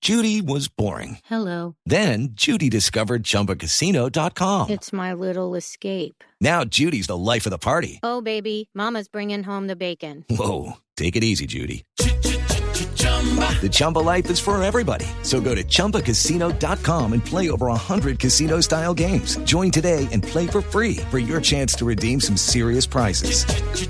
Judy was boring. Hello. Then Judy discovered ChumbaCasino.com. It's my little escape. Now Judy's the life of the party. Oh, baby, mama's bringing home the bacon. Whoa, take it easy, Judy. The Chumba life is for everybody. So go to ChumbaCasino.com and play over 100 casino-style games. Join today and play for free for your chance to redeem some serious prizes.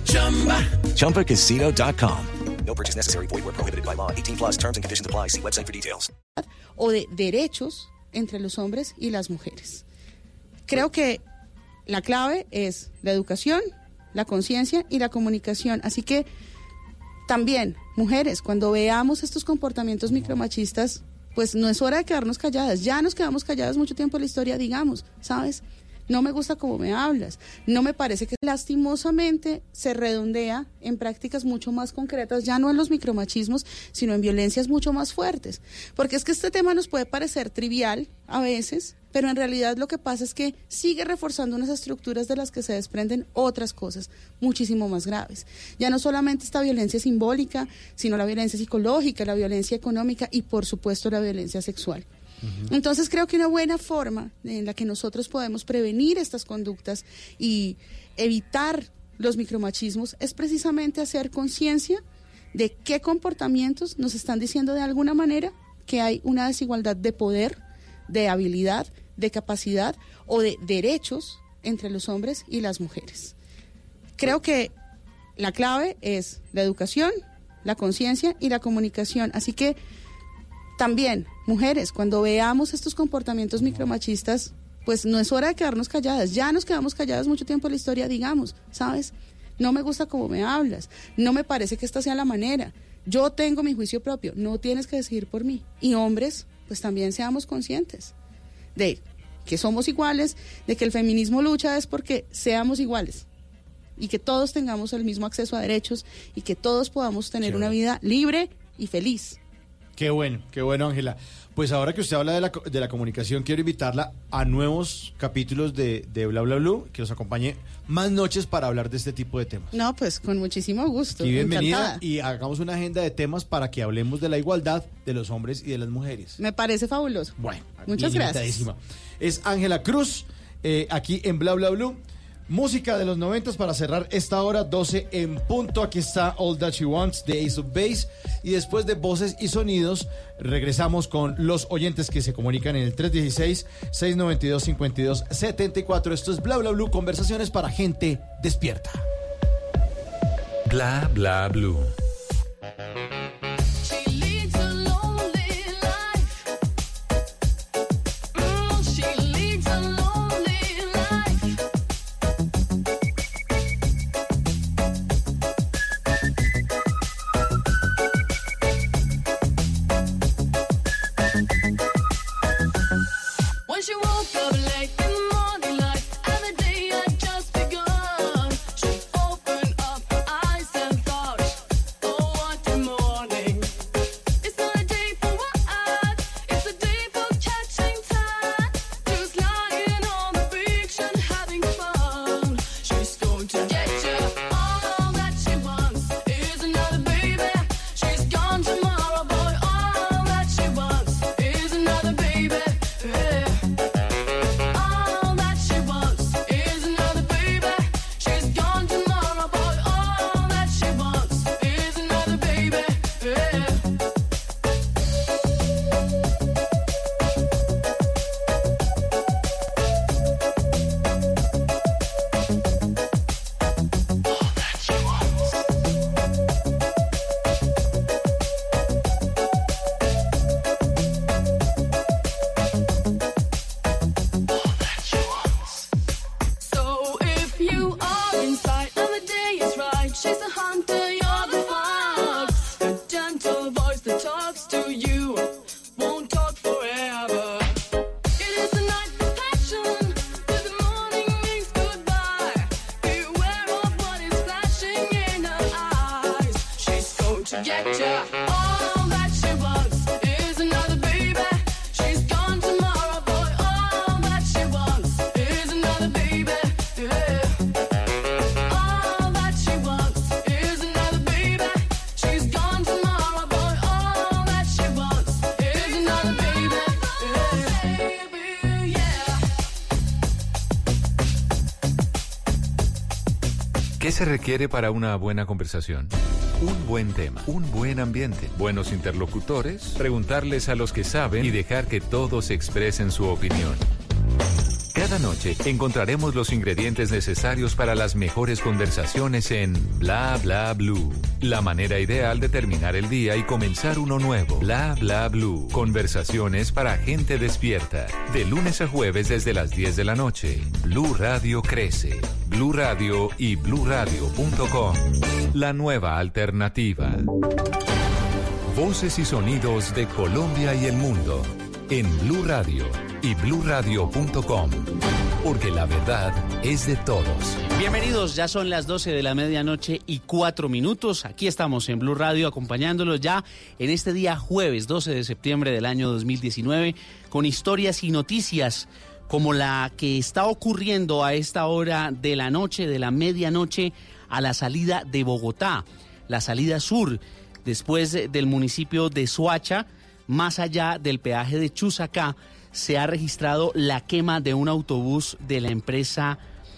ChumbaCasino.com. No purchase necessary. Void where prohibited by law. 18 plus terms and conditions apply. See website for details. O de derechos entre los hombres y las mujeres. Creo que la clave es la educación, la conciencia y la comunicación. Así que también, mujeres, cuando veamos estos comportamientos micromachistas, pues no es hora de quedarnos calladas. Ya nos quedamos calladas mucho tiempo en la historia, digamos, ¿sabes? No me gusta cómo me hablas. No me parece que lastimosamente se redondea en prácticas mucho más concretas, ya no en los micromachismos, sino en violencias mucho más fuertes. Porque es que este tema nos puede parecer trivial a veces, pero en realidad lo que pasa es que sigue reforzando unas estructuras de las que se desprenden otras cosas muchísimo más graves. Ya no solamente esta violencia simbólica, sino la violencia psicológica, la violencia económica y por supuesto la violencia sexual. Entonces creo que una buena forma en la que nosotros podemos prevenir estas conductas y evitar los micromachismos es precisamente hacer conciencia de qué comportamientos nos están diciendo de alguna manera que hay una desigualdad de poder, de habilidad, de capacidad o de derechos entre los hombres y las mujeres. Creo que la clave es la educación, la conciencia y la comunicación. Así que también, mujeres, cuando veamos estos comportamientos micromachistas, pues no es hora de quedarnos calladas. Ya nos quedamos calladas mucho tiempo en la historia, digamos, ¿sabes? No me gusta cómo me hablas. No me parece que esta sea la manera. Yo tengo mi juicio propio. No tienes que decidir por mí. Y hombres, pues también seamos conscientes de que somos iguales, de que el feminismo lucha es porque seamos iguales y que todos tengamos el mismo acceso a derechos y que todos podamos tener una vida libre y feliz. Qué bueno, Ángela. Pues ahora que usted habla de la comunicación, quiero invitarla a nuevos capítulos de Bla Bla Blue, que nos acompañe más noches para hablar de este tipo de temas. No, pues con muchísimo gusto. Y bienvenida, encantada. y hagamos una agenda de temas para que hablemos de la igualdad de los hombres y de las mujeres. Me parece fabuloso. Bueno, muchas gracias. Es Ángela Cruz, aquí en Bla Bla Blue. Música de los 90 para cerrar esta hora, 12 en punto. Aquí está All That She Wants de Ace of Base. Y después de voces y sonidos, regresamos con los oyentes que se comunican en el 316-692-5274. Esto es Bla Bla Blue, conversaciones para gente despierta. Bla Bla Blue. ¿Qué se requiere para una buena conversación? Un buen tema, un buen ambiente, buenos interlocutores, preguntarles a los que saben y dejar que todos expresen su opinión. Cada noche encontraremos los ingredientes necesarios para las mejores conversaciones en Bla Bla Blue. La manera ideal de terminar el día y comenzar uno nuevo. Bla Bla Blue. Conversaciones para gente despierta. De lunes a jueves desde las 10 de la noche. Blue Radio crece. Blue Radio y bluradio.com. La nueva alternativa. Voces y sonidos de Colombia y el mundo. En Blue Radio y bluradio.com, porque la verdad es de todos. Bienvenidos, ya son las 12 de la medianoche y 4 minutos. Aquí estamos en Blue Radio acompañándolos ya en este día jueves 12 de septiembre del año 2019 con historias y noticias como la que está ocurriendo a esta hora de la noche, de la medianoche, a la salida de Bogotá, la salida sur, después del municipio de Soacha. Más allá del peaje de Chusacá, se ha registrado la quema de un autobús de la empresa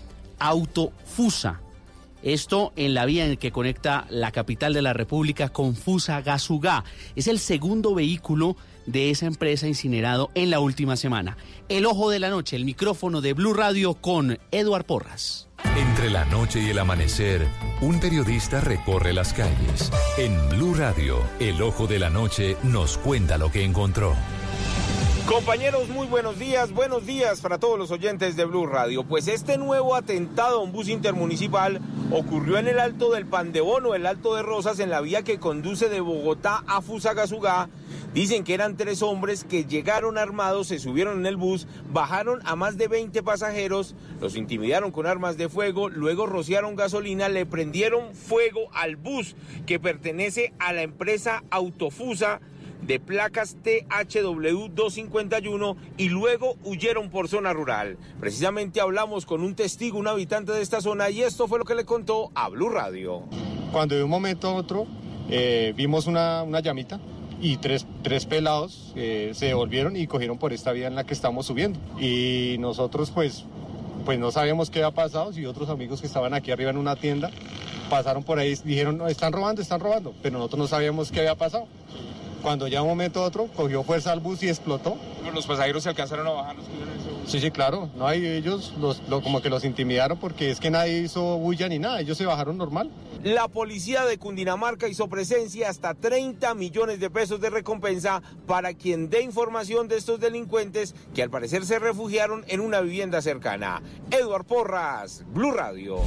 Autofusa. Esto en la vía en que conecta la capital de la República con Fusagasugá. Es el segundo vehículo de esa empresa incinerado en la última semana. El ojo de la noche, el micrófono de Blue Radio con Eduard Porras. Entre la noche y el amanecer, un periodista recorre las calles. En Blue Radio, el ojo de la noche nos cuenta lo que encontró. Compañeros, muy buenos días para todos los oyentes de Blue Radio. Pues este nuevo atentado a un bus intermunicipal ocurrió en el Alto del Pan de Bono, el Alto de Rosas, en la vía que conduce de Bogotá a Fusagasugá. Dicen que eran 3 hombres que llegaron armados, se subieron en el bus, bajaron a más de 20 pasajeros, los intimidaron con armas de fuego, luego rociaron gasolina, le prendieron fuego al bus que pertenece a la empresa Autofusa, de placas THW 251, y luego huyeron por zona rural. Precisamente hablamos con un testigo, un habitante de esta zona, y esto fue lo que le contó a Blue Radio. Cuando de un momento a otro vimos una llamita y tres pelados se devolvieron y cogieron por esta vía en la que estamos subiendo. Y nosotros pues no sabíamos qué había pasado, si otros amigos que estaban aquí arriba en una tienda pasaron por ahí y dijeron, no, están robando, pero nosotros no sabíamos qué había pasado. Cuando ya un momento a otro cogió fuerza al bus y explotó. ¿Los pasajeros se alcanzaron a bajar los que iban en ese bus? Sí, claro. No, ellos como que los intimidaron porque es que nadie hizo bulla ni nada. Ellos se bajaron normal. La policía de Cundinamarca hizo presencia, hasta 30 millones de pesos de recompensa para quien dé información de estos delincuentes que al parecer se refugiaron en una vivienda cercana. Eduard Porras, Blue Radio.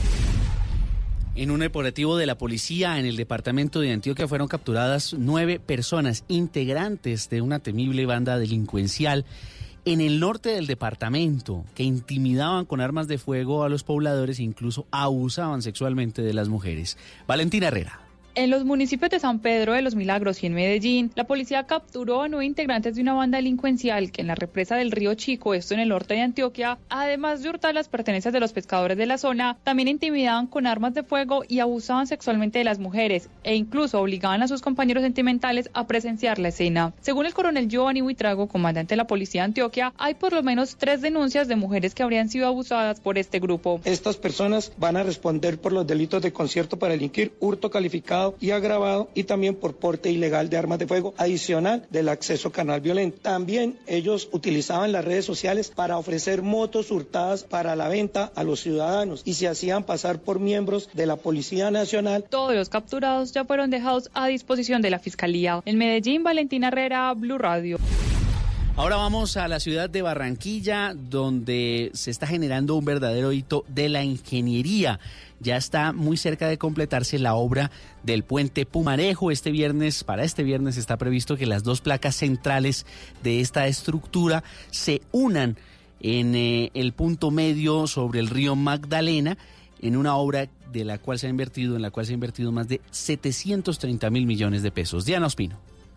En un operativo de la policía en el departamento de Antioquia fueron capturadas 9 personas integrantes de una temible banda delincuencial en el norte del departamento que intimidaban con armas de fuego a los pobladores e incluso abusaban sexualmente de las mujeres. Valentina Herrera. En los municipios de San Pedro de los Milagros y en Medellín, la policía capturó a 9 integrantes de una banda delincuencial que en la represa del Río Chico, esto en el norte de Antioquia, además de hurtar las pertenencias de los pescadores de la zona, también intimidaban con armas de fuego y abusaban sexualmente de las mujeres e incluso obligaban a sus compañeros sentimentales a presenciar la escena. Según el coronel Giovanni Buitrago, comandante de la policía de Antioquia, hay por lo menos 3 denuncias de mujeres que habrían sido abusadas por este grupo. Estas personas van a responder por los delitos de concierto para delinquir, hurto calificado y agravado, y también por porte ilegal de armas de fuego, adicional del acceso carnal violento. También ellos utilizaban las redes sociales para ofrecer motos hurtadas para la venta a los ciudadanos y se hacían pasar por miembros de la Policía Nacional. Todos los capturados ya fueron dejados a disposición de la Fiscalía. En Medellín, Valentina Herrera, Blue Radio. Ahora vamos a la ciudad de Barranquilla, donde se está generando un verdadero hito de la ingeniería. Ya está muy cerca de completarse la obra del puente Pumarejo. Para este viernes está previsto que las 2 placas centrales de esta estructura se unan en el punto medio sobre el río Magdalena, en una obra en la cual se ha invertido más de 730.000 millones de pesos. Diana Ospino.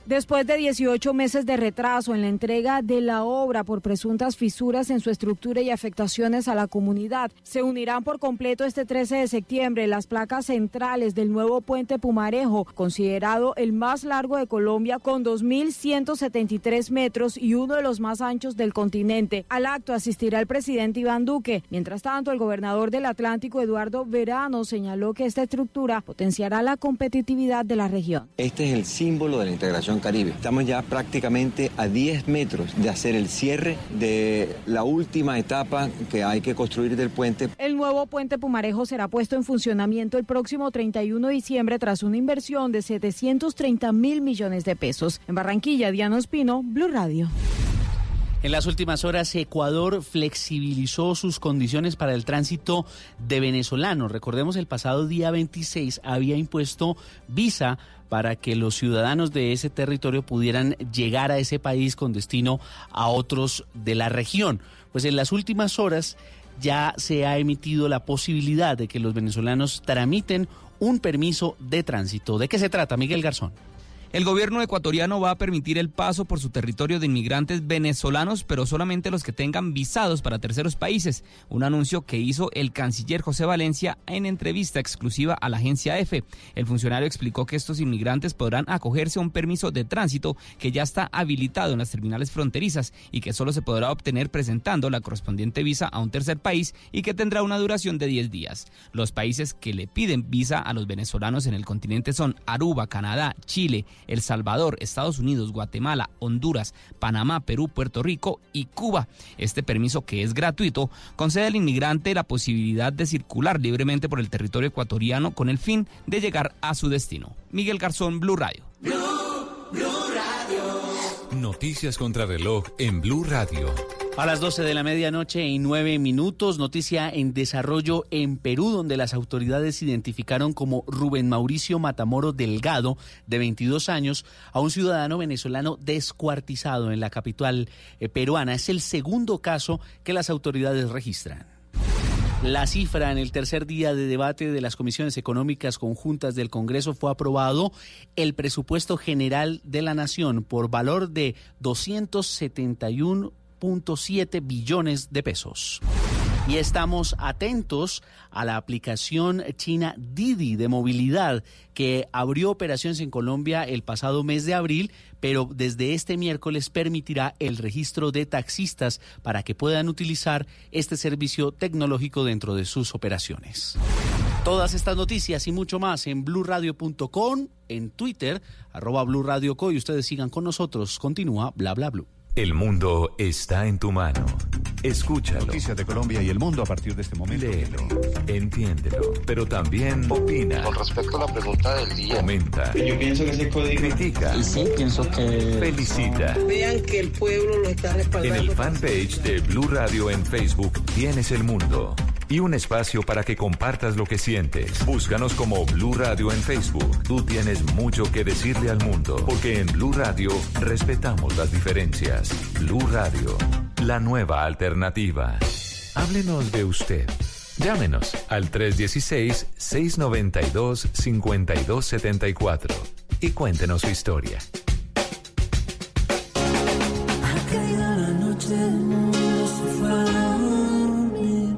Después de 18 meses de retraso en la entrega de la obra por presuntas fisuras en su estructura y afectaciones a la comunidad, se unirán por completo este 13 de septiembre las placas centrales del nuevo puente Pumarejo, considerado el más largo de Colombia con 2.173 metros y uno de los más anchos del continente. Al acto asistirá el presidente Iván Duque. Mientras tanto, el gobernador del Atlántico, Eduardo Verano, señaló que esta estructura potenciará la competitividad de la región. Este es el símbolo de la integración Caribe. Estamos ya prácticamente a 10 metros de hacer el cierre de la última etapa que hay que construir del puente. El nuevo puente Pumarejo será puesto en funcionamiento el próximo 31 de diciembre tras una inversión de 730.000 millones de pesos. En Barranquilla, Diana Ospino, Blue Radio. En las últimas horas, Ecuador flexibilizó sus condiciones para el tránsito de venezolanos. Recordemos, el pasado día 26 había impuesto visa para que los ciudadanos de ese territorio pudieran llegar a ese país con destino a otros de la región. Pues en las últimas horas ya se ha emitido la posibilidad de que los venezolanos tramiten un permiso de tránsito. ¿De qué se trata, Miguel Garzón? El gobierno ecuatoriano va a permitir el paso por su territorio de inmigrantes venezolanos, pero solamente los que tengan visados para terceros países. Un anuncio que hizo el canciller José Valencia en entrevista exclusiva a la agencia EFE. El funcionario explicó que estos inmigrantes podrán acogerse a un permiso de tránsito que ya está habilitado en las terminales fronterizas y que solo se podrá obtener presentando la correspondiente visa a un tercer país y que tendrá una duración de 10 días. Los países que le piden visa a los venezolanos en el continente son Aruba, Canadá, Chile, El Salvador, Estados Unidos, Guatemala, Honduras, Panamá, Perú, Puerto Rico y Cuba. Este permiso, que es gratuito, concede al inmigrante la posibilidad de circular libremente por el territorio ecuatoriano con el fin de llegar a su destino. Miguel Garzón, Blue Radio. Blue Radio. Noticias contra reloj en Blue Radio. A las 12 de la medianoche y 9 minutos, noticia en desarrollo en Perú, donde las autoridades identificaron como Rubén Mauricio Matamoro Delgado, de 22 años, a un ciudadano venezolano descuartizado en la capital peruana. Es el segundo caso que las autoridades registran. La cifra en el tercer día de debate de las comisiones económicas conjuntas del Congreso fue aprobado el presupuesto general de la Nación por valor de 271.7 billones de pesos. Y estamos atentos a la aplicación china Didi de movilidad, que abrió operaciones en Colombia el pasado mes de abril, pero desde este miércoles permitirá el registro de taxistas para que puedan utilizar este servicio tecnológico dentro de sus operaciones. Todas estas noticias y mucho más en blurradio.com, en Twitter, @blurradioco, y ustedes sigan con nosotros. Continúa Bla Bla Blue. El mundo está en tu mano. Escúchalo. Noticias de Colombia y el mundo a partir de este momento. Léelo, entiéndelo, pero también opina. Con respecto a la pregunta del día. Comenta. Yo pienso que se puede. Critica. Y sí, pienso que. Felicita. Vean que el pueblo lo está respaldando. En el fanpage de Blue Radio en Facebook tienes el mundo y un espacio para que compartas lo que sientes. Búscanos como Blue Radio en Facebook. Tú tienes mucho que decirle al mundo, porque en Blue Radio respetamos las diferencias. Blue Radio, la nueva alternativa. Háblenos de usted. Llámenos al 316-692-5274 y cuéntenos su historia. Ha caído la noche, el mundo se fue a dormir.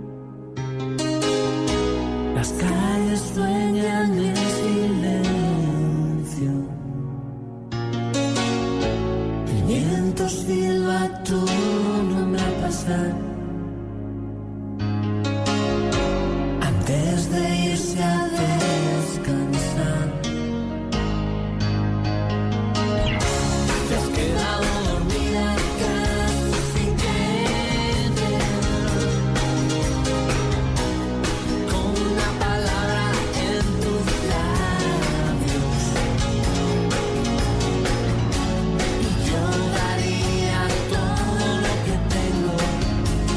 Las calles sueñan en silencio. El viento silba tu nombre a pasar. Antes de irse a descansar. Te has quedado dormida casi sin querer. Con una palabra en tus labios. Y yo daría todo lo que tengo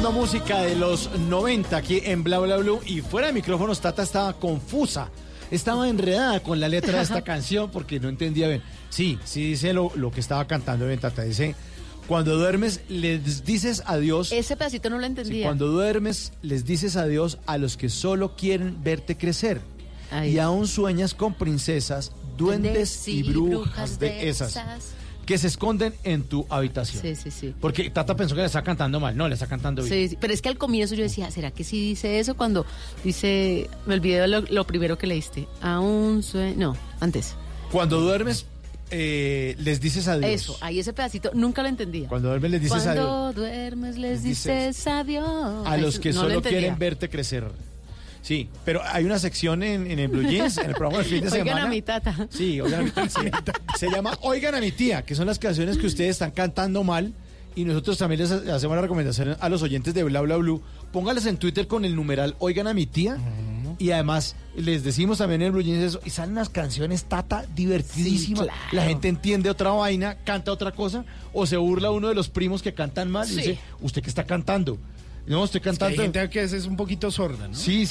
escuchando música de los 90 aquí en Bla Bla Blue y fuera de micrófonos Tata estaba confusa, estaba enredada con la letra de esta canción porque no entendía bien. Sí dice lo que estaba cantando bien Tata, dice, cuando duermes les dices adiós. Ese pedacito no lo entendía. Sí, cuando duermes les dices adiós a los que solo quieren verte crecer. Y aún sueñas con princesas, duendes y brujas de esas que se esconden en tu habitación. Sí. Porque Tata pensó que le está cantando mal, no, le está cantando bien. Sí, pero es que al comienzo yo decía, ¿será que sí dice eso? Cuando dice, me olvidé de lo primero que leíste. Aún sueño, no, antes. Cuando duermes les dices adiós. Eso, ahí ese pedacito nunca lo entendía. Cuando duermes les dices adiós. Cuando duermes les dices adiós. A los que solo quieren verte crecer. Sí, pero hay una sección en el Blue Jeans, en el programa del fin de semana. Oigan a mi tata. Sí, oigan a mi tata. Se llama Oigan a mi tía, que son las canciones que ustedes están cantando mal. Y nosotros también les hacemos la recomendación a los oyentes de Bla Bla Blue. Póngales en Twitter con el numeral Oigan a mi tía. Y además les decimos también en el Blue Jeans eso. Y salen unas canciones, Tata, divertidísimas. Sí, claro. La gente entiende otra vaina, canta otra cosa. O se burla uno de los primos que cantan mal. Y dice, ¿usted qué está cantando? No, estoy cantando. Es que hay gente que es un poquito sorda, ¿no? Sí.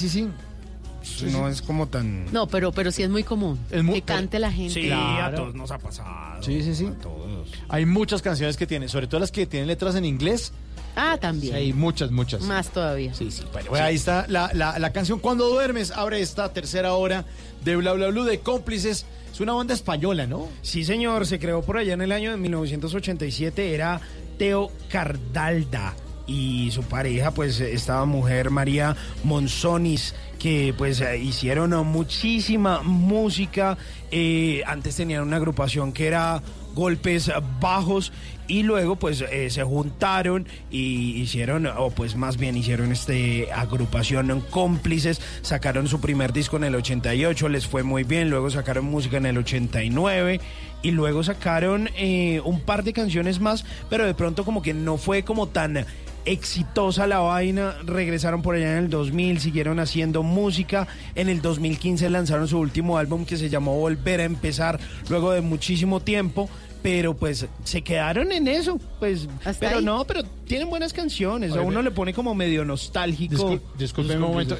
No es como tan... No, pero sí es muy común que cante la gente. Sí, claro. A todos nos ha pasado. Sí. A todos. Hay muchas canciones que tienen, sobre todo las que tienen letras en inglés. Ah, también. Sí, hay muchas. Más todavía. Sí. Bueno, ahí está la canción Cuando duermes. Abre esta tercera hora de Bla Bla Blue de Cómplices. Es una banda española, ¿no? Sí, señor. Se creó por allá en el año de 1987. Era Teo Cardalda y su pareja, pues esta mujer María Monzonis, que pues hicieron muchísima música. Antes tenían una agrupación que era Golpes Bajos y luego pues se juntaron y hicieron, hicieron agrupación Cómplices. Sacaron su primer disco en el 88, les fue muy bien, luego sacaron música en el 89 y luego sacaron un par de canciones más, pero de pronto como que no fue como tan exitosa la vaina. Regresaron por allá en el 2000, siguieron haciendo música. En el 2015 lanzaron su último álbum que se llamó Volver a Empezar, luego de muchísimo tiempo, pero pues se quedaron en eso, pues. Pero ahí. No, pero tienen buenas canciones. A uno le pone como medio nostálgico. Disculpe un momento.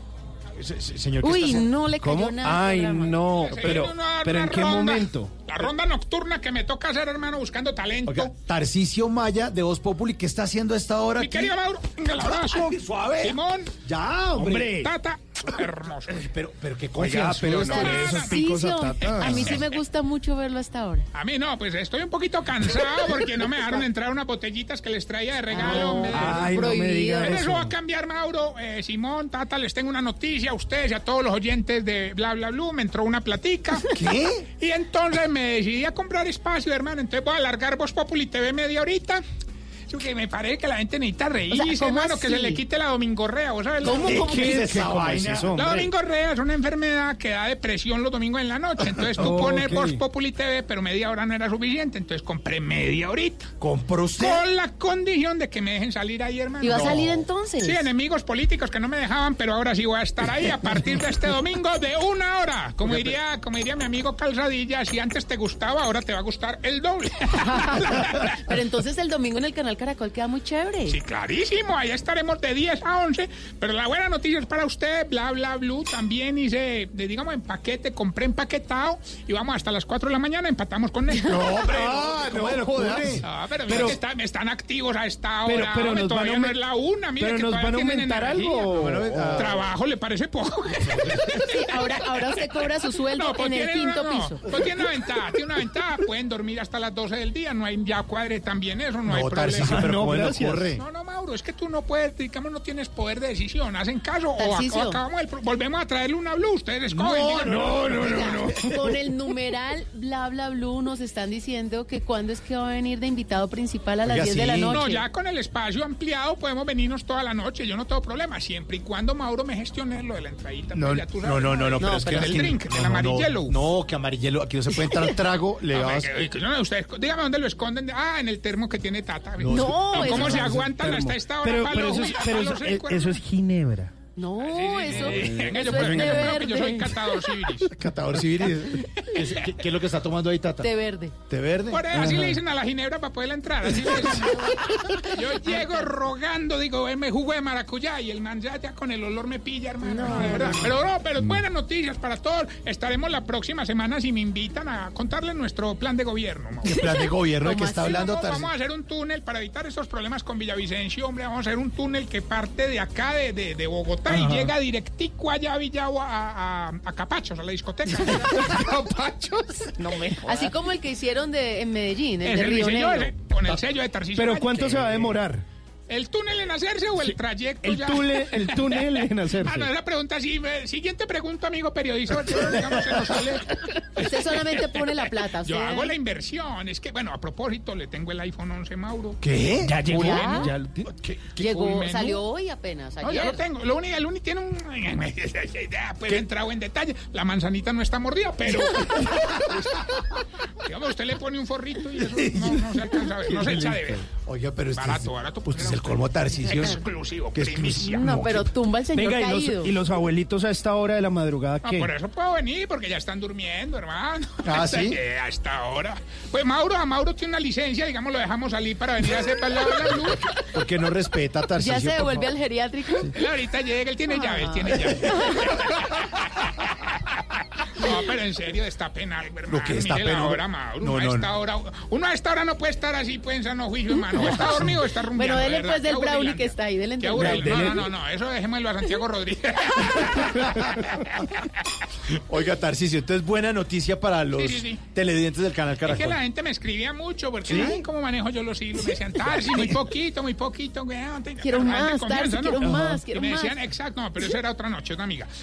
Señor, uy, no le cayó ¿Cómo? nada. Ay, no, pero ¿en qué momento? La ronda nocturna que me toca hacer, hermano, buscando talento. Oiga, Tarcisio Maya de Voz Populi, ¿qué está haciendo a esta hora? Mi querido Mauro, venga, el abrazo. Suave. Simón. Ya, hombre. Tata, hermoso. Pero qué confianza. Pero no le esos picos a Tata. A mí sí me gusta mucho verlo hasta ahora. A mí no, pues estoy un poquito cansado porque no me dejaron entrar unas botellitas que les traía de regalo. Ay, no me digas eso. Eso va a cambiar, Mauro. Simón, Tata, les tengo una noticia a ustedes y a todos los oyentes de Bla Bla Blue. Me entró una platica. ¿Qué? Y entonces me decidí a comprar espacio, hermano. Entonces voy a alargar Voz Populi TV media horita. Que me parece que la gente necesita reírse, hermano, que se le quite la domingorrea. ¿Vos sabés? ¿Cómo que es esa vaina? La domingorrea es una enfermedad que da depresión los domingos en la noche. Entonces tú pones Voz Populi TV, pero media hora no era suficiente. Entonces compré media horita. ¿Compró usted? Con la condición de que me dejen salir ahí, hermano. ¿Y va a salir entonces? Sí, enemigos políticos que no me dejaban, pero ahora sí voy a estar ahí a partir de este domingo de 1 hora. Como diría mi amigo Calzadilla, si antes te gustaba, ahora te va a gustar el doble. Pero entonces el domingo en el canal Caracol queda muy chévere. Sí, clarísimo, allá estaremos de 10 a 11, pero la buena noticia es para usted, Bla Bla Blue, también hice, digamos, en paquete, compré empaquetado y vamos hasta las 4 de la mañana, empatamos con él. No, hombre, pero mira que están activos a esta hora, pero nos todavía no es la 1, mire pero que nos van a aumentar algo. Trabajo le parece poco. Sí, ahora usted cobra su sueldo en el quinto piso. Pues tiene una ventaja, pueden dormir hasta las 12 del día, no hay ya cuadre también eso, no hay problema. No, Mauro, es que tú no puedes, digamos, no tienes poder de decisión. ¿Hacen caso o acabamos volvemos a traerle una Blue? Ustedes escogen. No. Con el numeral Bla Bla Blue nos están diciendo que cuándo es que va a venir de invitado principal a las 10 de la noche. No, ya con el espacio ampliado podemos venirnos toda la noche. Yo no tengo problema, siempre y cuando Mauro me gestione lo de la entradita. No, pues ya tú sabes, pero es que el drink, el amarillelo. No, que amarillelo, aquí no se puede entrar trago. Ustedes, dígame dónde lo esconden. En el termo que tiene Tata. No, ¿cómo se aguantan hasta esta hora? Pero eso es ginebra. No, eso Venga, es yo creo de que yo soy verde. catador civilis. Catador civil. ¿Qué es lo que está tomando ahí, Tata? Té verde. ¿Té verde? Así Ajá. le dicen a la ginebra para poderla entrar. Así le dicen. Yo llego rogando, digo, me jugo de maracuyá y el man ya con el olor me pilla, hermano. No, de verdad. Pero buenas noticias para todos. Estaremos la próxima semana si me invitan a contarles nuestro plan de gobierno. Mauro. ¿Qué plan de gobierno de que está hablando, Vamos Tarcisio? a hacer un túnel para evitar estos problemas con Villavicencio, hombre. Vamos a hacer un túnel que parte de acá, de Bogotá, y llega directico allá a Villavo, a Capachos, a la discoteca. ¿Capachos? No me jodas. Así como el que hicieron en Medellín, el Es de el Río diseño Negro. ese, con el sello de Tarcisio. ¿Pero Maya. cuánto se va a demorar? ¿El túnel en hacerse o el trayecto El ya? túnel en hacerse. Ah, no, esa pregunta sí. Siguiente pregunta, amigo periodista. Digamos, se nos sale. Usted solamente pone la plata. Yo usted- hago la inversión. Es que, bueno, a propósito, le tengo el iPhone 11, Mauro. ¿Qué? ¿Ya llegó? ¿Ya? ¿Ya? Llegó, un menú? salió hoy apenas, No, ayer. yo lo tengo. El único tiene un... Pues he entrado en detalle. La manzanita no está mordida, pero... Digamos, usted le pone un forrito y eso no se alcanza a ver. No se echa de ver. Oiga, pero Barato. Usted es el colmo, Tarcisio. Exclusivo, ¿Qué primicia. No, pero tumba el señor Venga, caído. y los abuelitos a esta hora de la madrugada, Ah, ¿qué? por eso puedo venir, porque ya están durmiendo, hermano. Ah, ¿sí? A esta hora. Pues a Mauro tiene una licencia, digamos, lo dejamos salir para venir a hacer para la Blue. Porque no respeta, Tarcisio. ¿Ya se por devuelve favor? al geriátrico? Él ahorita llega, él tiene llave, él tiene llave. No, pero en serio, destapen algo, hermano. Lo que destapen, Mire la hombre. hora, Mauro. No, Uno a esta hora no puede estar así, pues, en sano juicio, hermano. O está dormido o está rumbeando. Bueno, dele de verdad. pues del Qué brownie aburrilandia. que está ahí, dele Qué del brownie. aburrido. No, eso dejémoslo a Santiago Rodríguez. Oiga, Tarcisio, entonces buena noticia para los Sí. televidentes del canal Es que Caracol. la gente me escribía mucho, porque ¿Sí? ¿saben cómo manejo yo los hilos? Me decían, Tarsi, muy poquito, weón. Quiero Pero la gente más, confianza, Tarsi, quiero más, Y quiero me más. decían, exacto, no, pero eso era otra noche, una amiga.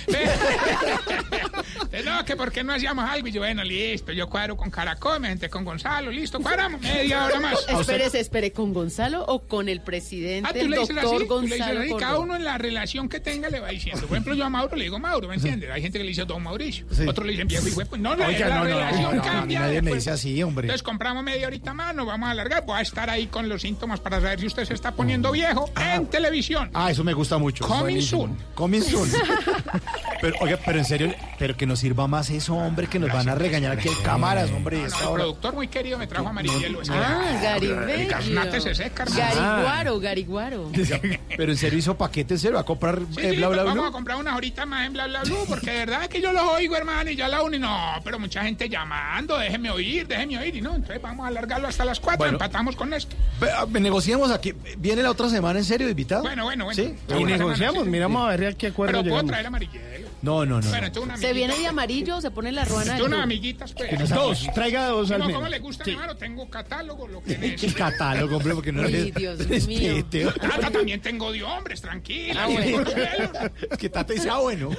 No, que por qué no hacíamos algo. Y yo, bueno, listo, yo cuadro con Caracol, me senté con Gonzalo, listo, cuadramos, media hora más. Espere, ¿con Gonzalo o con el presidente, Tú el le dices doctor así, tú le dices Gonzalo así, cada Córdoba? uno en la relación que tenga le va diciendo. Por ejemplo, yo a Mauro le digo Mauro, ¿me entiendes? Hay gente que le dice don Mauricio, Sí. otros le dicen viejo y pues no, Oiga, la no, relación a mí cambia. nadie me después. dice así, hombre. Entonces compramos media horita más, nos vamos a alargar. Voy a estar ahí con los síntomas para saber si usted se está poniendo viejo en televisión. Ah, eso me gusta mucho. Coming Buenísimo. soon. Coming soon. Pero, oiga, pero en serio, pero que nos sirva más eso, hombre, que nos van a regañar aquí en cámaras, hombre. No, esta el hora. productor muy querido me trajo amarillelo. Ah, El Garibello. gaznate se seca, hermano. Gariguaro. Pero en serio hizo paquete, en serio, va a comprar Sí, bla, bla, vamos bla. a comprar unas horitas más en Bla Bla Blue, porque de verdad que yo los oigo, hermano, y ya la uni, no, pero mucha gente llamando, déjeme oír, y no, entonces vamos a alargarlo hasta las 4, Bueno. empatamos con esto. Negociamos aquí. ¿Viene la otra semana en serio, invitado? Bueno. ¿Sí? Y negociamos, sí. miramos a ver a qué acuerdo Pero puedo llegamos. traer amarillelo. No. Bueno, entonces una ¿Se amiguita. viene de amarillo o se pone la ruana Entonces del unas club? amiguitas, pues. Dos, traiga dos al No, menos. ¿cómo le gusta, hermano? Tengo catálogo, lo que ¿Qué necesite. catálogo, hombre? Porque no Ay, Dios mío. respete. Tata también tengo de hombres, tranquila. Ah, bueno. Es que Tata dice, bueno.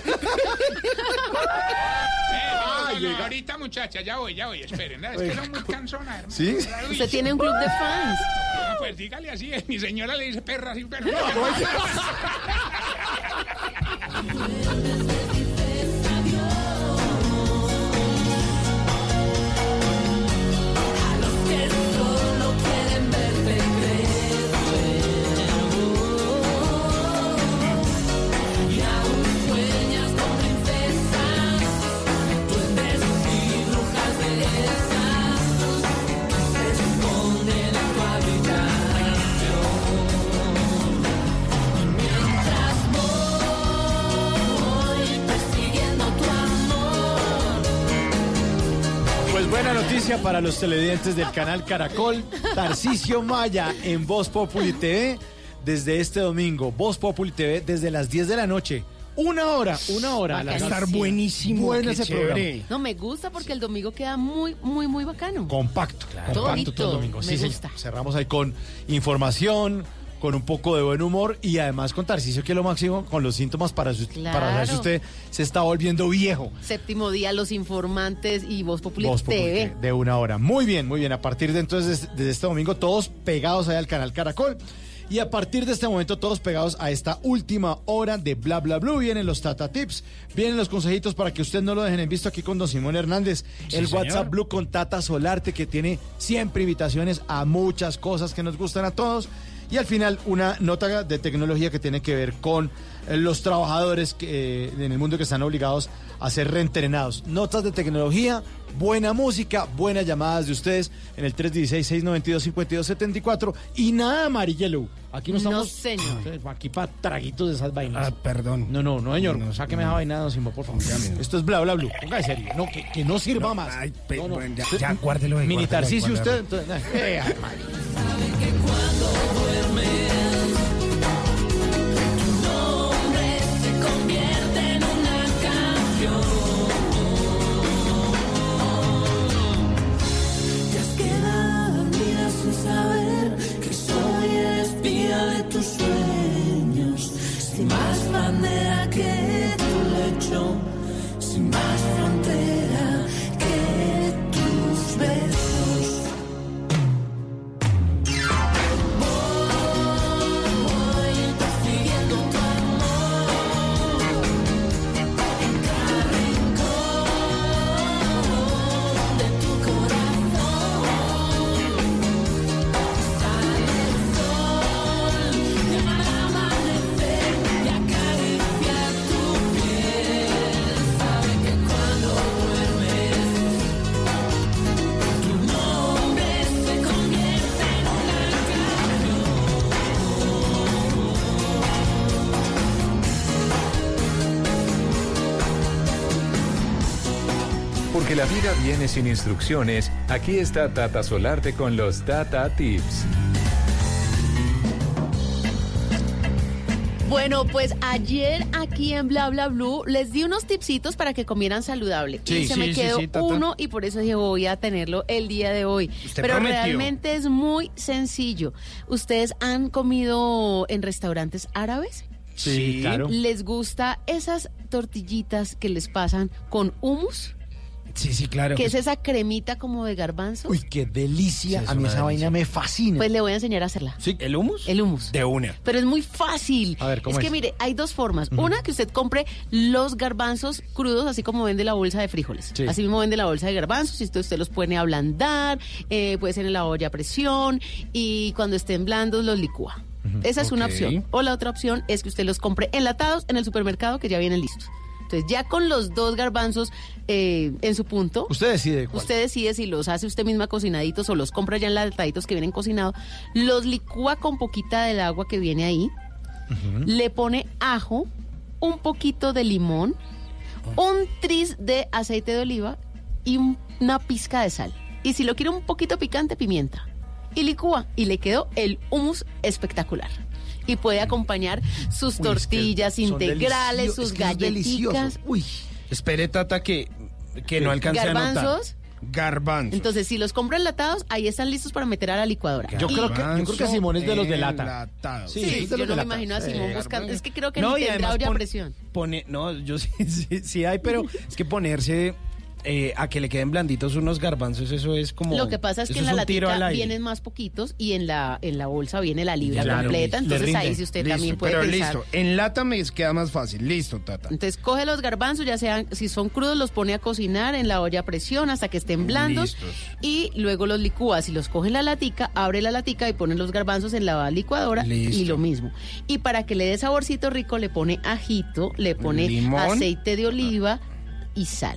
No, ahorita, muchacha, ya voy, esperen. Es que son muy cansonas, hermano. ¿Sí? Uy, Usted tiene un club de fans. No, pues dígale así, mi señora le dice perra sin perro. Pues buena noticia para los televidentes del canal Caracol. Tarcisio Maya en Voz Populi TV desde este domingo. Voz Populi TV desde las 10 de la noche. Una hora. Va a estar buenísimo. Bueno qué ese chévere. programa. No, me gusta porque el domingo queda muy bacano. Compacto. Todo Compacto todo el bonito, domingo. me Sí, sí. gusta. Cerramos ahí con información, con un poco de buen humor y además con Tarcisio, que es lo máximo, con los síntomas para saber si Claro. usted se está volviendo viejo. Séptimo día, Los Informantes y Voz Populi Voz Populi TV. de una hora. Muy bien, muy bien. A partir de entonces, desde este domingo, todos pegados ahí al canal Caracol. Y a partir de este momento, todos pegados a esta última hora de Bla Bla Blue. Vienen los Tata Tips, vienen los consejitos para que usted no lo dejen en visto aquí con don Simón Hernández. Sí, el señor. WhatsApp Blue con Tata Solarte, que tiene siempre invitaciones a muchas cosas que nos gustan a todos. Y al final, una nota de tecnología que tiene que ver con los trabajadores en el mundo que están obligados a ser reentrenados. Notas de tecnología, buena música, buenas llamadas de ustedes en el 316-692-5274 y nada amarillelo. Aquí no estamos... No, señor. Aquí para traguitos de esas vainas. Ah, perdón. No, señor. No, sáqueme esa vaina, don Simba, por favor. Esto es bla, bla, bla. Ponga de serio. No, que no sirva más. Ay, bueno, ya guárdelo ahí. Mini Tarcisio usted. Entonces, Sabe que cuando duermes, tu nombre se convierte en una canción. Te has quedado dormida sin saber que soy el espía de tus sueños, sin más bandera que tu lecho, sin más frontera que tus besos. Porque la vida viene sin instrucciones, aquí está Tata Solarte con los Tata Tips. Bueno, pues ayer aquí en Bla Bla Blue les di unos tipsitos para que comieran saludable. Sí, y se me quedó uno y por eso dije voy a tenerlo el día de hoy. Pero prometió. realmente es muy sencillo. ¿Ustedes han comido en restaurantes árabes? Sí, claro. ¿Les gusta esas tortillitas que les pasan con hummus? Sí, claro. Que es esa cremita como de garbanzo. Uy, qué delicia. Sí, es a mí una esa delicia. vaina me fascina. Pues le voy a enseñar a hacerla. ¿Sí? ¿El hummus? El hummus. De una. Pero es muy fácil. A ver, ¿cómo es que es? mire, hay dos formas. Una, que usted compre los garbanzos crudos, así como vende la bolsa de frijoles. Sí. Así mismo vende la bolsa de garbanzos, y usted los pone a ablandar, puede ser en la olla a presión, y cuando estén blandos los licúa. Esa es una Ok. opción. O la otra opción es que usted los compre enlatados en el supermercado, que ya vienen listos. Entonces, ya con los dos garbanzos en su punto, Usted decide cuál. usted decide si los hace usted misma cocinaditos o los compra ya enlataditos que vienen cocinados, los licúa con poquita del agua que viene ahí, le pone ajo, un poquito de limón, un tris de aceite de oliva y una pizca de sal. Y si lo quiere un poquito picante, pimienta. Y licúa y le quedó el hummus espectacular. Y puede acompañar sus tortillas son integrales, deliciosos, sus es que es delicioso. galletitas. Uy, Espere, Tata, que no alcance a notar. Garbanzos. Garbanzos. Entonces, si los compra enlatados, ahí están listos para meter a la licuadora. yo Y- creo que Simón es de los de lata. Enlatado. Sí, Sí, es de yo los no de me lata. imagino a Simón Sí. buscando. Es que creo que No, ni y tendrá además olla a presión. No, yo sí hay, pero es que ponerse a que le queden blanditos unos garbanzos, eso es como... Lo que pasa es que eso en la un tiro al latica aire. vienen más poquitos y en la bolsa viene la libra Claro, completa. le Entonces rinde. ahí sí usted Listo, también puede pero pensar. listo, en lata me queda más fácil. Listo, Tata. Entonces coge los garbanzos, ya sean, si son crudos, los pone a cocinar en la olla a presión hasta que estén blandos. Listos. Y luego los licúa. Si los coge en la latica, abre la latica y pone los garbanzos en la licuadora. Listo. Y lo mismo. Y para que le dé saborcito rico, le pone ajito, le pone Limón. aceite de oliva y sal.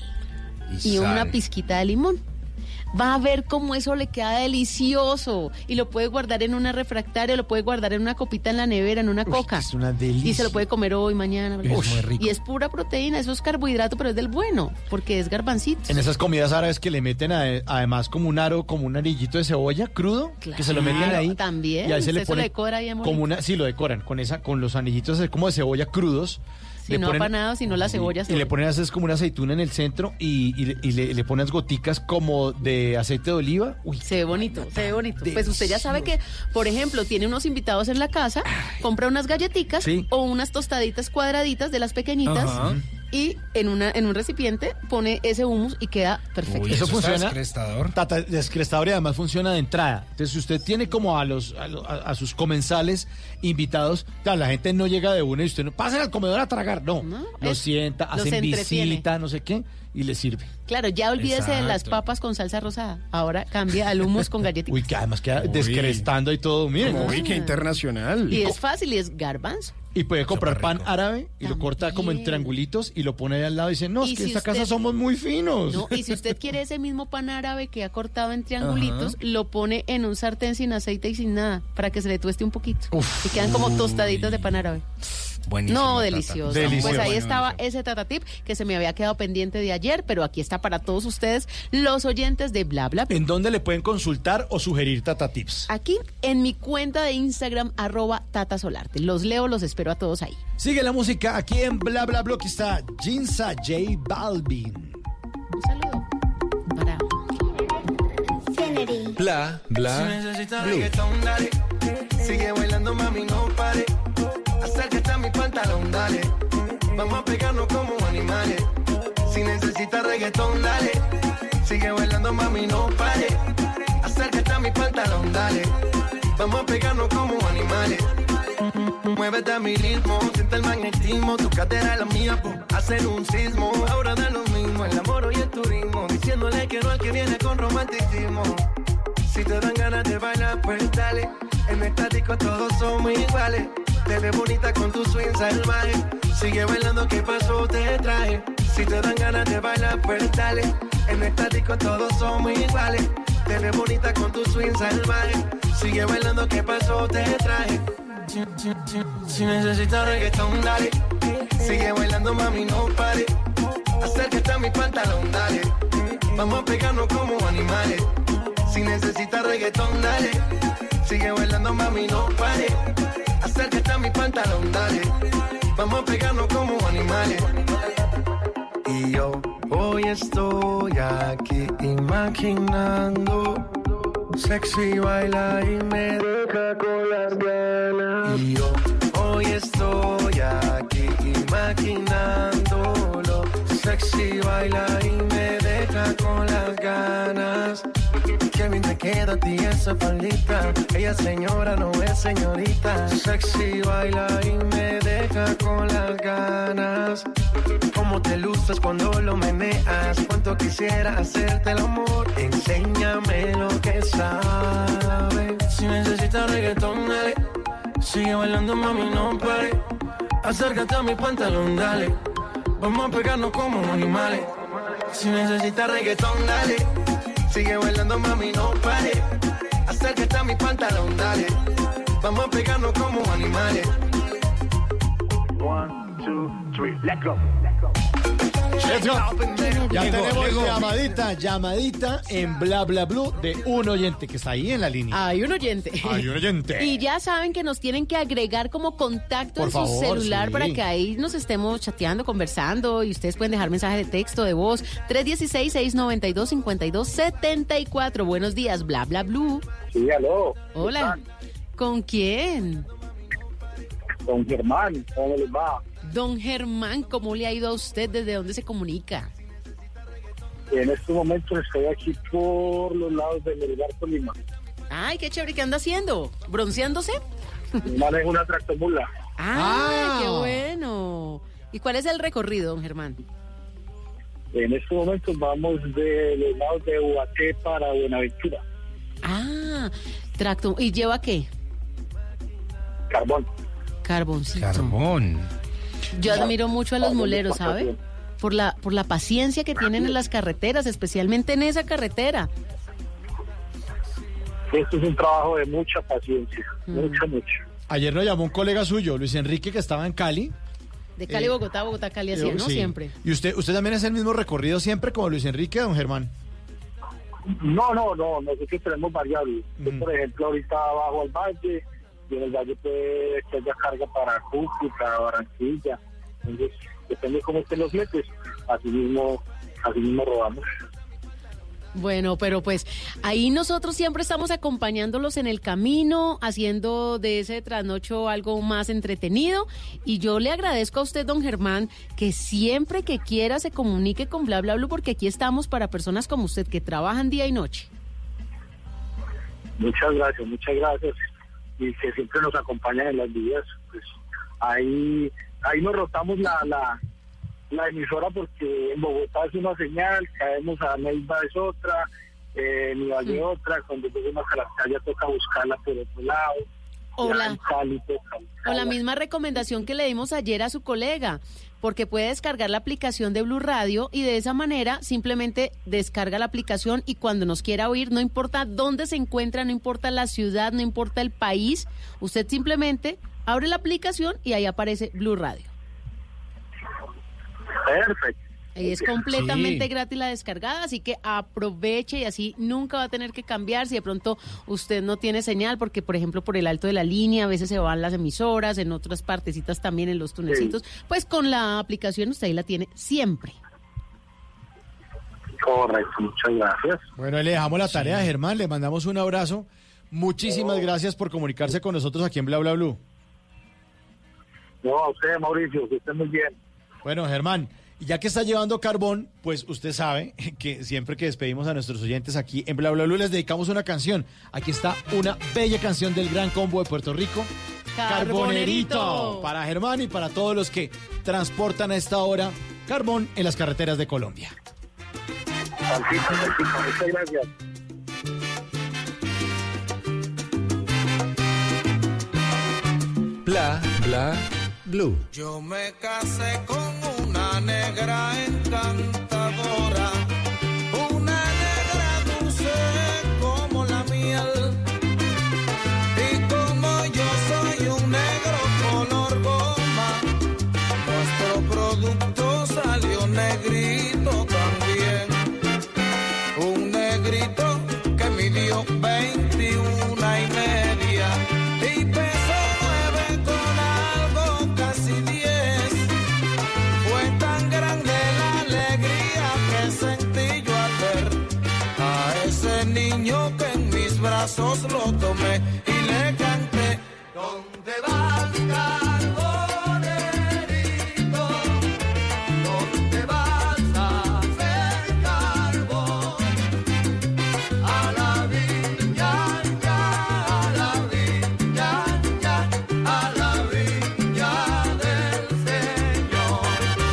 Y sal. una pizquita de limón. Va a ver cómo eso le queda delicioso. Y lo puede guardar en una refractaria, lo puede guardar en una copita en la nevera, en una coca. Es una delicia. Y se lo puede comer hoy, mañana. Es muy rico. Y es pura proteína, eso es carbohidrato, pero es del bueno, porque es garbancitos. En esas comidas árabes que le meten además como un aro, como un anillito de cebolla crudo, que se lo meten Claro, ahí. también. Y ahí se le Eso pone lo decora ahí, amor. como sí, lo decoran con los anillitos como de cebolla crudos. Si Le no ponen- apanado, si no la cebolla. Y le ponen así como una aceituna en el centro y le ponen goticas como de aceite de oliva. Uy, se ve bonito, se ve bonito. Pues usted ya sabe que, por ejemplo, tiene unos invitados en la casa, compra unas galletitas Sí. o unas tostaditas cuadraditas de las pequeñitas Ajá. y en un recipiente pone ese hummus y queda perfecto. Uy, eso está funciona. descrestador. Tata, descrestador y además funciona de entrada. Entonces, si usted tiene como a sus comensales invitados, claro, la gente no llega de una y usted no pasen al comedor a tragar. No, los sienta, los hacen entretiene. visita, no sé qué, y les sirve. Claro, ya olvídese de las Exacto. papas con salsa rosada. Ahora cambia al hummus con galletitas. Uy, que además queda Uy. descrestando y todo. Miren. Uy, qué internacional. Y es fácil y es garbanzo. Y puede comprar pan árabe y lo corta como en triangulitos y lo pone ahí al lado y dice, no, es que en esta casa somos muy finos. No, y si usted quiere ese mismo pan árabe que ha cortado en triangulitos, lo pone en un sartén sin aceite y sin nada, para que se le tueste un poquito. Y quedan como tostaditas de pan árabe. Buenísimo. No, delicioso. Pues ahí estaba ese Tata Tip que se me había quedado pendiente de ayer, pero aquí está para todos ustedes, los oyentes de Bla Bla Blue. ¿En dónde le pueden consultar o sugerir Tata Tips? Aquí en mi cuenta de Instagram, @TataSolarte. Los leo, los espero a todos ahí. Sigue la música aquí en Bla Bla Blue, que está Ginza J Balvin. Un saludo para Kennedy. Bla Bla Si necesitas Blue. reggaetón, dale. Sigue bailando, mami, no pare. Acércate a mi pantalón, dale. Vamos a pegarnos como animales. Si necesitas reggaetón, dale. Sigue bailando, mami, no pare. Acércate a mi pantalón, dale. Vamos a pegarnos como animales. Muévete a mi ritmo, siente el magnetismo. Tu cadera es la mía, hacen un sismo. Ahora da lo mismo, el amor y el turismo. Diciéndole que no al que viene con romanticismo. Si te dan ganas de bailar, pues dale. En esta disco todos somos iguales. Te ves bonita con tu swing salvaje. Sigue bailando, ¿qué pasó? Te traje. Si te dan ganas de bailar, pues dale. En esta disco todos somos iguales. Te ves bonita con tu swing salvaje. Sigue bailando, ¿qué pasó? Te traje. Si necesitas reggaetón, dale. Sigue bailando, mami, no pare. Acércate a mi pantalón, dale. Vamos a pegarnos como animales. Si necesitas reggaetón, dale. Sigue bailando, mami, no pare. Acércate a mi pantalón, dale. Vamos a pegarnos como animales. Y yo hoy estoy aquí imaginando. Sexy baila y me deja con las ganas. Y yo hoy estoy aquí imaginándolo. Sexy baila y me deja con las ganas. Qué bien te queda a ti esa faldita. Ella señora, no es señorita. Sexy baila y me deja con las ganas. Cómo te luces cuando lo meneas. Cuánto quisiera hacerte el amor. Enséñame lo que sabes. Si necesitas reggaetón, dale. Sigue bailando, mami, no pare. Acércate a mi pantalón, dale. Vamos a pegarnos como animales. Si necesitas reggaetón, dale. Sigue bailando, mami, no pare. Acércate a mi pantalón, dale. Vamos a pegarnos como animales. 1, 2, 3, let's go. Let's go. Ya tenemos llamadita en Bla Bla Blue de un oyente que está ahí en la línea. Hay un oyente. Y ya saben que nos tienen que agregar como contacto Por en su favor, celular sí. para que ahí nos estemos chateando, conversando y ustedes pueden dejar mensajes de texto, de voz. 316-692-5274. Buenos días, Bla Bla Blue. Sí, aló. Hola. ¿Con quién? Don Germán, ¿cómo les va? Don Germán, ¿cómo le ha ido a usted? ¿Desde dónde se comunica? En estos momentos estoy aquí por los lados de Melgar, Tolima. Ay, qué chévere, ¿qué anda haciendo? ¿Bronceándose? Manejo una tractomula. Qué bueno. ¿Y cuál es el recorrido, don Germán? En estos momentos vamos de los lados de Ubaté para Buenaventura. Tracto. ¿Y lleva qué? Carbón. Carboncito. Carbón. Yo admiro mucho a los moleros, ¿sabe? Por la paciencia que tienen en las carreteras, especialmente en esa carretera. Esto es un trabajo de mucha paciencia, mucha. Ayer nos llamó un colega suyo, Luis Enrique, que estaba en Cali. De Cali, Bogotá, Cali, así, ¿no? Sí. Siempre. ¿Y usted también hace el mismo recorrido siempre como Luis Enrique, don Germán? No, nosotros tenemos variables. Yo, por ejemplo, ahorita bajo al valle, y en el valle puede que haya carga para Cúcuta, Barranquilla. Entonces, depende cómo estén los fletes, así mismo rodamos. Bueno, pero pues ahí nosotros siempre estamos acompañándolos en el camino, haciendo de ese trasnocho algo más entretenido. Y yo le agradezco a usted, don Germán, que siempre que quiera se comunique con Bla Bla Blue, porque aquí estamos para personas como usted que trabajan día y noche. Muchas gracias. Y que siempre nos acompañan en las vías. Pues ahí nos rotamos la emisora, porque en Bogotá es una señal, caemos a Neiva es otra, en Ibagué otra, cuando llegamos a la calle toca buscarla por otro lado. O la misma recomendación que le dimos ayer a su colega, porque puede descargar la aplicación de Blue Radio y de esa manera simplemente descarga la aplicación y cuando nos quiera oír, no importa dónde se encuentra, no importa la ciudad, no importa el país, usted simplemente abre la aplicación y ahí aparece Blue Radio. Perfecto. Y es completamente gratis la descargada, así que aproveche y así nunca va a tener que cambiar si de pronto usted no tiene señal, porque por ejemplo por el alto de la línea a veces se van las emisoras, en otras partecitas también en los tunelcitos, pues con la aplicación usted ahí la tiene siempre. Correcto, muchas gracias. Bueno, le dejamos la tarea, Germán, le mandamos un abrazo. Muchísimas gracias por comunicarse con nosotros aquí en Bla Bla Blue. No, a usted, Mauricio, que esté muy bien. Bueno, Germán, y ya que está llevando carbón, pues usted sabe que siempre que despedimos a nuestros oyentes aquí en Bla Bla Blue les dedicamos una canción. Aquí está una bella canción del Gran Combo de Puerto Rico. Carbonerito. Para Germán y para todos los que transportan a esta hora carbón en las carreteras de Colombia. Muchas gracias. Bla, bla, blue. Yo me casé con una negra encantadora, una negra dulce como la miel. Y como yo soy un negro color goma, nuestro producto salió negrito también. Un negrito que midió 21 y media y pesó 9 con algo, casi 10. Fue tan grande la alegría que sentí yo al ver a ese niño que en mis brazos lo tomé y le canté. ¿Dónde vas, carbonerito? ¿Dónde vas a hacer carbón? A la viña, ya, a la viña, ya, a la viña del Señor.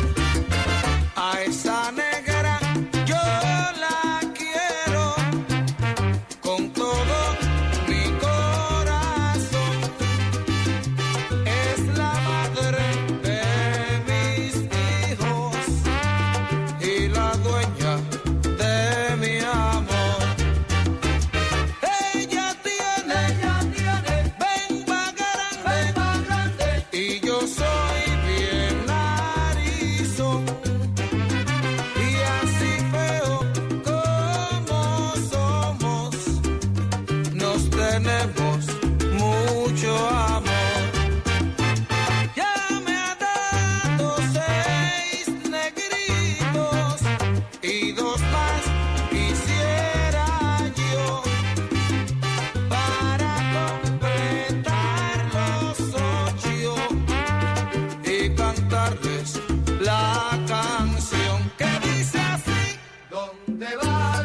A esa negra yo la quiero con todo mi corazón. Es la madre de mis hijos y la dueña de mi amor. Ella tiene bemba grande y yo soy bien narizón. Y así feo como somos, nos tenemos mucho amor. Ya me ha dado 6 negritos y 2 más quisiera yo para completar los 8 y cantarles la canción que dice así. ¿Dónde vas,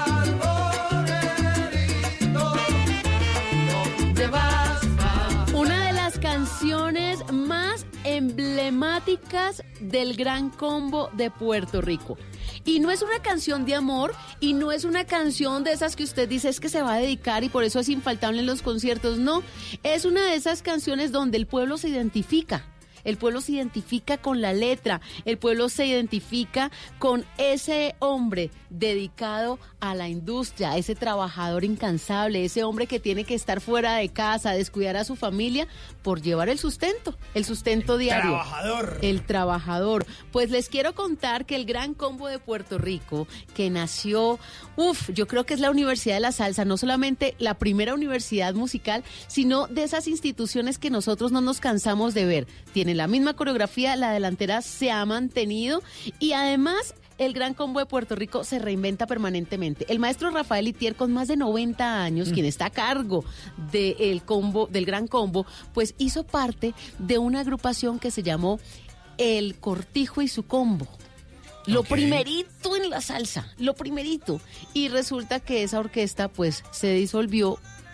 carbonerito? ¿Dónde vas? Una de las canciones más emblemáticas del Gran Combo de Puerto Rico. Y no es una canción de amor y no es una canción de esas que usted dice es que se va a dedicar y por eso es infaltable en los conciertos. No, es una de esas canciones donde el pueblo se identifica. El pueblo se identifica con la letra, el pueblo se identifica con ese hombre dedicado a la industria, ese trabajador incansable, ese hombre que tiene que estar fuera de casa, descuidar a su familia por llevar el sustento diario. El trabajador. Pues les quiero contar que el Gran Combo de Puerto Rico, que nació, yo creo que es la Universidad de la Salsa, no solamente la primera universidad musical, sino de esas instituciones que nosotros no nos cansamos de ver. Tiene la misma coreografía, la delantera se ha mantenido y además el Gran Combo de Puerto Rico se reinventa permanentemente. El maestro Rafael Itier, con más de 90 años, quien está a cargo del Gran Combo, pues hizo parte de una agrupación que se llamó El Cortijo y su Combo. Lo primerito en la salsa, lo primerito. Y resulta que esa orquesta pues se disolvió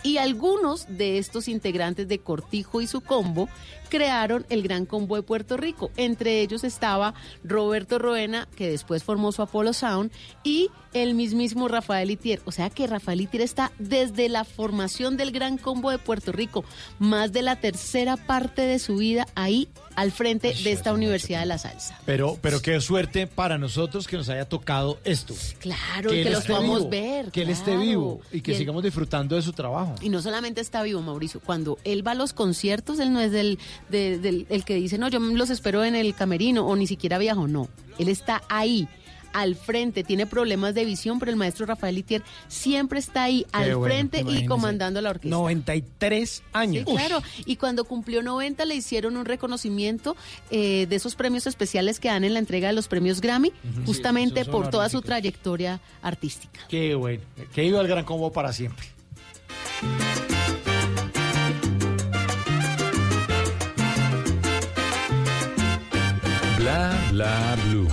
Y algunos de estos integrantes de Cortijo y su combo crearon el Gran Combo de Puerto Rico. Entre ellos estaba Roberto Roena, que después formó su Apollo Sound, y el mismísimo Rafael Itier. O sea que Rafael Itier está desde la formación del Gran Combo de Puerto Rico, más de la tercera parte de su vida ahí al frente de esta Universidad de la Salsa. Pero qué suerte para nosotros que nos haya tocado esto. Claro, que los podamos ver. Que él esté vivo y que sigamos disfrutando de su trabajo. Y no solamente está vivo, Mauricio, cuando él va a los conciertos, él no es el que dice, no, yo los espero en el camerino o ni siquiera viajo, no. Él está ahí, al frente, tiene problemas de visión, pero el maestro Rafael Itier siempre está ahí, al frente y comandando la orquesta. 93 años. Sí, claro. Y cuando cumplió 90 le hicieron un reconocimiento de esos premios especiales que dan en la entrega de los premios Grammy, justamente por toda su trayectoria artística. Qué bueno. Que iba el Gran Combo para siempre. Bla bla blue.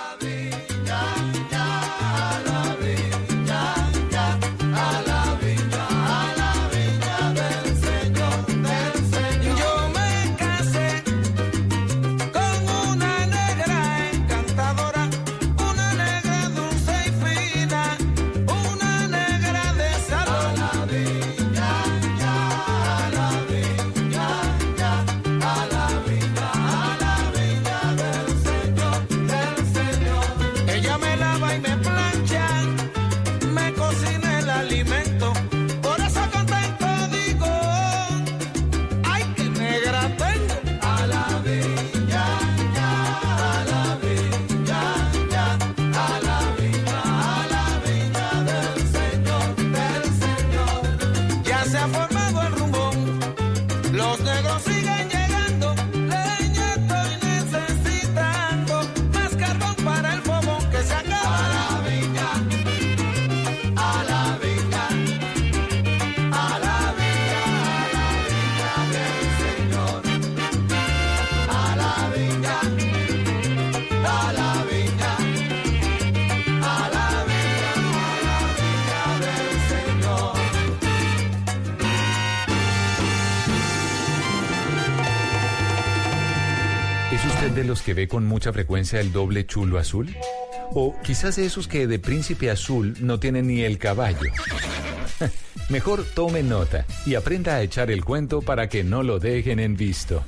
¿De los que ve con mucha frecuencia el doble chulo azul? O quizás de esos que de príncipe azul no tienen ni el caballo. Mejor tome nota y aprenda a echar el cuento para que no lo dejen en visto.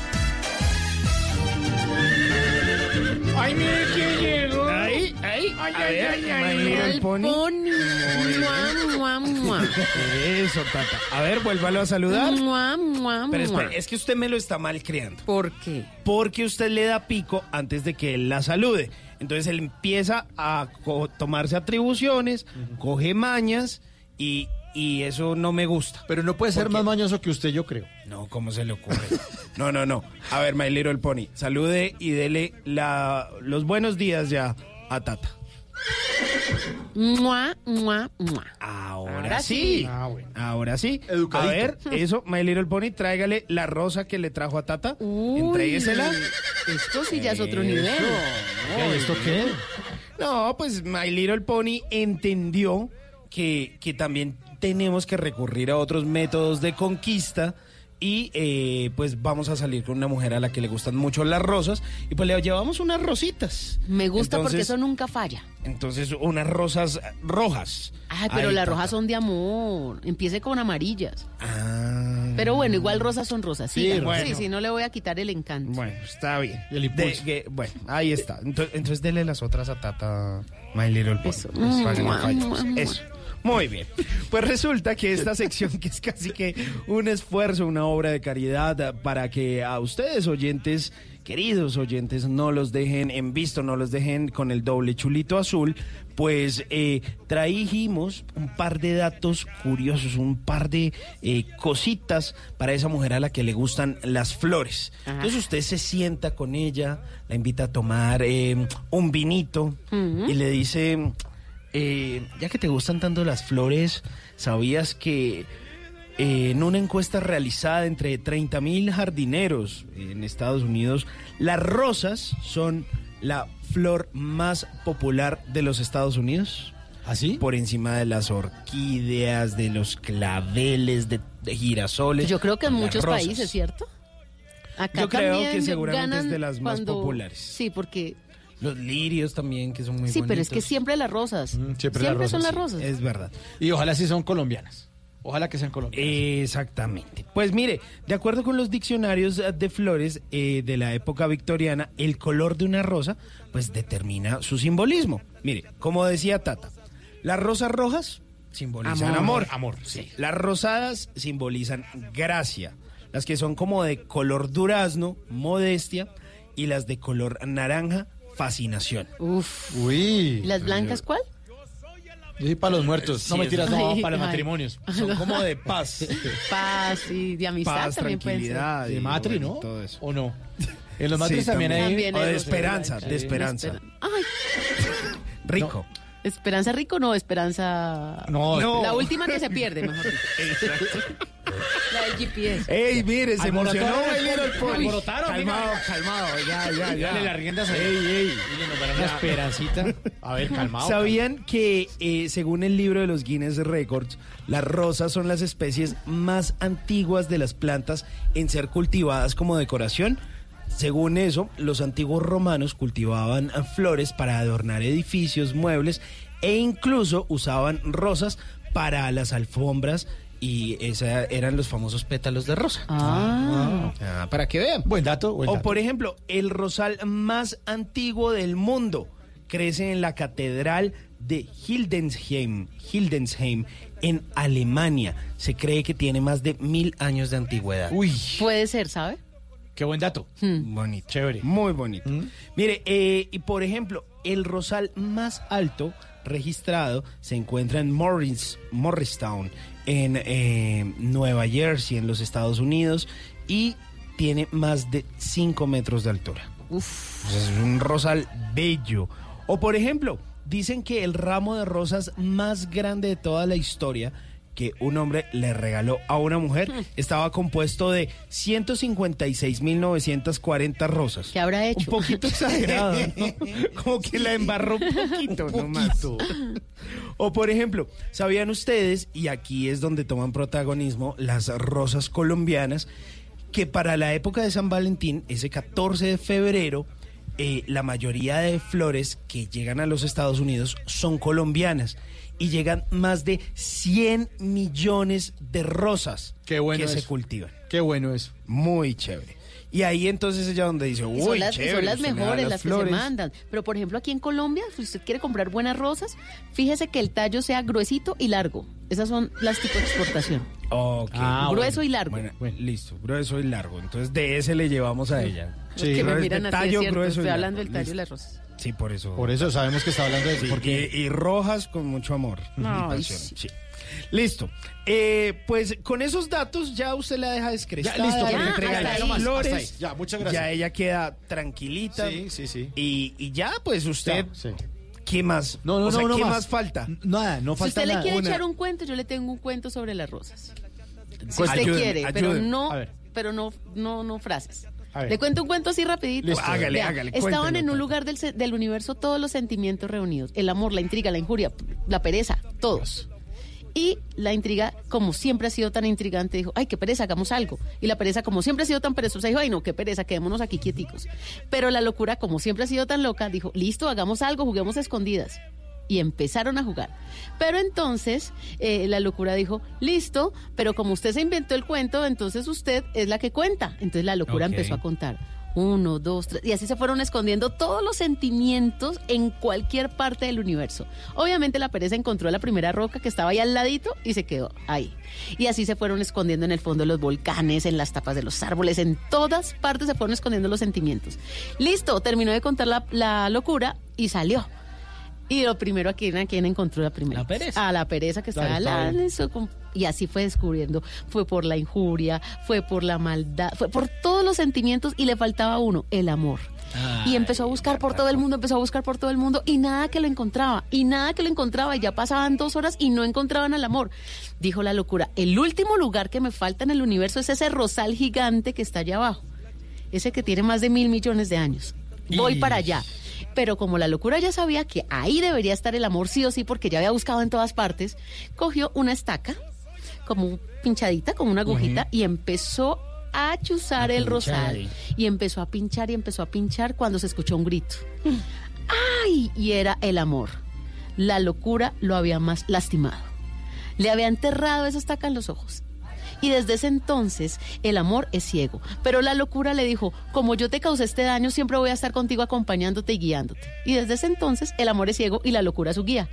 ¡Ay, mire quién llegó! ¡Ay! El Pony. Eso, Tata. A ver, vuélvalo a saludar. Pero espera, es que usted me lo está malcriando. ¿Por qué? Porque usted le da pico antes de que él la salude. Entonces él empieza a tomarse atribuciones, coge mañas y eso no me gusta. Pero no puede ser más mañoso que usted, yo creo. No, ¿cómo se le ocurre? No. A ver, My Little Pony, salude y dele los buenos días ya a Tata. Ahora sí. Ahora sí. Educadito. A ver, eso, My Little Pony, tráigale la rosa que le trajo a Tata. Entréguesela. Esto sí ya es otro nivel. ¿Esto qué? No, pues My Little Pony entendió que también tenemos que recurrir a otros métodos de conquista. Y pues vamos a salir con una mujer a la que le gustan mucho las rosas y pues le llevamos unas rositas. Me gusta porque eso nunca falla. Entonces unas rosas rojas. Ay, pero las rojas son de amor. Empiece con amarillas. Pero bueno, igual rosas son rosas. Sí, no le voy a quitar el encanto. Bueno, está bien. Bueno, ahí está. Entonces dele las otras a Tata, My Little Pony. Eso. Eso. Muy bien. Pues resulta que esta sección, que es casi que un esfuerzo, una obra de caridad para que a ustedes, oyentes, queridos oyentes, no los dejen en visto, no los dejen con el doble chulito azul, pues trajimos un par de datos curiosos, un par de cositas para esa mujer a la que le gustan las flores. Entonces usted se sienta con ella, la invita a tomar un vinito y le dice... ya que te gustan tanto las flores, ¿sabías que en una encuesta realizada entre 30,000 jardineros en Estados Unidos, las rosas son la flor más popular de los Estados Unidos? ¿Así? Por encima de las orquídeas, de los claveles, de girasoles. Yo creo que en las muchos rosas. países, ¿cierto? Acá Yo creo también que seguramente ganan es de las más cuando- populares. Sí, porque... Los lirios también, que son muy Sí, bonitos. pero es que siempre las rosas. Siempre son las rosas. Es verdad. Y ojalá sí son colombianas. Ojalá que sean colombianas. Exactamente. Pues mire, de acuerdo con los diccionarios de flores de la época victoriana, el color de una rosa pues determina su simbolismo. Mire, como decía Tata, las rosas rojas simbolizan amor. Sí. Las rosadas simbolizan gracia. Las que son como de color durazno, modestia, y las de color naranja, fascinación. Uf. Uy. ¿Las blancas cuál? Sí, para los muertos. Sí, No mentiras, no, Ay, para los ay. matrimonios. Son como de paz. Paz y de amistad Paz, también pueden ser. tranquilidad. De y matri, bueno, ¿no? todo eso. ¿O no? En los matris Sí, también hay... También O hay de rosas esperanza, blancas. de esperanza. Ay, Rico. ¿Esperanza rico o no? Esperanza... No. La última que se pierde, mejor dicho. La del GPS. ¡Ey, mire, se Alborotaron emocionó el el pollo. Alborotaron, Calmado, venga. calmado, ya. Dale las riendas ahí. ¡Ey! Una esperancita. A ver, calmado. ¿Sabían que, según el libro de los Guinness Records, las rosas son las especies más antiguas de las plantas en ser cultivadas como decoración? Según eso, los antiguos romanos cultivaban flores para adornar edificios, muebles e incluso usaban rosas para las alfombras y esos eran los famosos pétalos de rosa. Para que vean. Buen dato, O por ejemplo, el rosal más antiguo del mundo crece en la catedral de Hildesheim en Alemania. Se cree que tiene más de 1000 años de antigüedad. Uy, Puede ser, ¿sabe? qué buen dato. Bonito. Chévere. Muy bonito. Mire, y por ejemplo, el rosal más alto registrado se encuentra en Morristown, en Nueva Jersey, en los Estados Unidos, y tiene más de 5 metros de altura. Uf. Pues es un rosal bello. O por ejemplo, dicen que el ramo de rosas más grande de toda la historia que un hombre le regaló a una mujer estaba compuesto de 156.940 rosas. ¿Qué habrá hecho? Un poquito exagerado, ¿no? Como que la embarró un poquito, nomás. O por ejemplo, ¿sabían ustedes, y aquí es donde toman protagonismo las rosas colombianas, que para la época de San Valentín, ese 14 de febrero, la mayoría de flores que llegan a los Estados Unidos son colombianas? Y llegan más de 100 millones de rosas Qué bueno que eso. se cultivan. Qué bueno eso. Muy chévere. Y ahí entonces es ya donde dice, Y uy, son las, chévere, son las usted me da mejores las que se flores. mandan. Pero por ejemplo aquí en Colombia, si usted quiere comprar buenas rosas, fíjese que el tallo sea gruesito y largo. Esas son las tipo de exportación. Ok. Grueso y largo. Bueno, listo, grueso y largo. Entonces de ese le llevamos a ella. Los que me miran así, tallo es cierto, grueso y estoy largo. hablando del tallo Listo. de las rosas. Sí, por eso. Por eso sabemos que está hablando de eso. Sí, Porque y rojas con mucho amor y Ay, pasión. sí. Sí. Listo. Pues con esos datos ya usted la deja descrestada. Ya, listo, le ya, entrega hasta las ahí. flores. Hasta ahí. Ya, muchas gracias. Ya ella queda tranquilita. Sí. Y ya, pues usted, Ya, sí. ¿qué más? No, O sea, ¿qué más. más falta? Nada, no Si falta usted le nada. quiere Una- echar un cuento, yo le tengo un cuento sobre las rosas. Si Pues, usted ayúdeme, quiere, pero ayúdeme. no, A ver. no frases. A ver. Le cuento un cuento así rapidito. Listo. Hágale, Vea, hágale, Estaban cuéntelo, en un lugar del universo todos los sentimientos reunidos. El amor, la intriga, la injuria, la pereza, todos. Y la intriga, como siempre ha sido tan intrigante, dijo, ay, qué pereza, hagamos algo. Y la pereza, como siempre ha sido tan perezosa, dijo, ay, no, qué pereza, quedémonos aquí quieticos. Pero la locura, como siempre ha sido tan loca, dijo, listo, hagamos algo, juguemos a escondidas. Y empezaron a jugar. Pero entonces la locura dijo, listo, pero como usted se inventó el cuento, entonces usted es la que cuenta. Entonces la locura Ok. empezó a contar. 1, 2, 3. Y así se fueron escondiendo todos los sentimientos en cualquier parte del universo. Obviamente la pereza encontró la primera roca que estaba ahí al ladito y se quedó ahí. Y así se fueron escondiendo en el fondo de los volcanes, en las tapas de los árboles, en todas partes se fueron escondiendo los sentimientos. Listo, terminó de contar la locura y salió. Y lo primero, ¿a quién encontró la primera? La pereza. A la pereza que estaba Claro, estaba al lado. Y así fue descubriendo. Fue por la injuria, fue por la maldad, fue por todos los sentimientos y le faltaba uno, el amor. Y empezó a buscar por todo el mundo, y nada que lo encontraba, y ya pasaban 2 horas y no encontraban al amor. Dijo la locura, el último lugar que me falta en el universo es ese rosal gigante que está allá abajo, ese que tiene más de 1.000 millones de años. Voy para allá. Pero como la locura ya sabía que ahí debería estar el amor sí o sí, porque ya había buscado en todas partes, cogió una estaca, como pinchadita, como una agujita, y empezó a chuzar el rosal. Y empezó a pinchar cuando se escuchó un grito. ¡Ay! Y era el amor. La locura lo había más lastimado. Le había enterrado esa estaca en los ojos. Y desde ese entonces, el amor es ciego. Pero la locura le dijo, como yo te causé este daño, siempre voy a estar contigo acompañándote y guiándote. Y desde ese entonces, el amor es ciego y la locura su guía.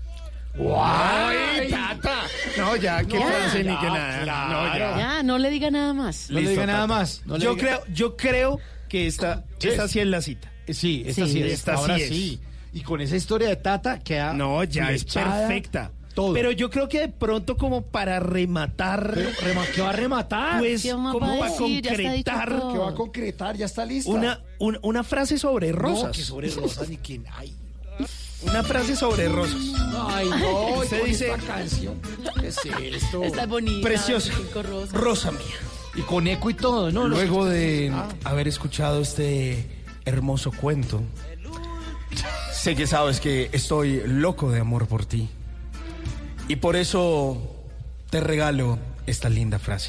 ¡Guay, Tata! No, ya, qué frase ni que nada. Claro. No, Ya, no le diga nada más. No le diga nada más. No Yo creo que esta sí es la cita. Sí, esta sí es. Esta Ahora sí. Y con esa historia de Tata queda... No, ya es perfecta. Todo. Pero yo creo que de pronto como para rematar... ¿Qué va a rematar? Pues ¿Qué como va a para decir? Ya está dicho concretar... todo. ¿Qué va a concretar? Ya está lista. Una frase sobre rosas. No, que sobre rosas ni que... Ay, Una frase sobre rosas. ay no. Usted dice... esta canción. ¿Qué es esto? Está bonita. Preciosa. Rosa mía. Y con eco y todo, ¿no? Luego de haber escuchado este hermoso cuento, sé que sabes que estoy loco de amor por ti. Y por eso te regalo esta linda frase.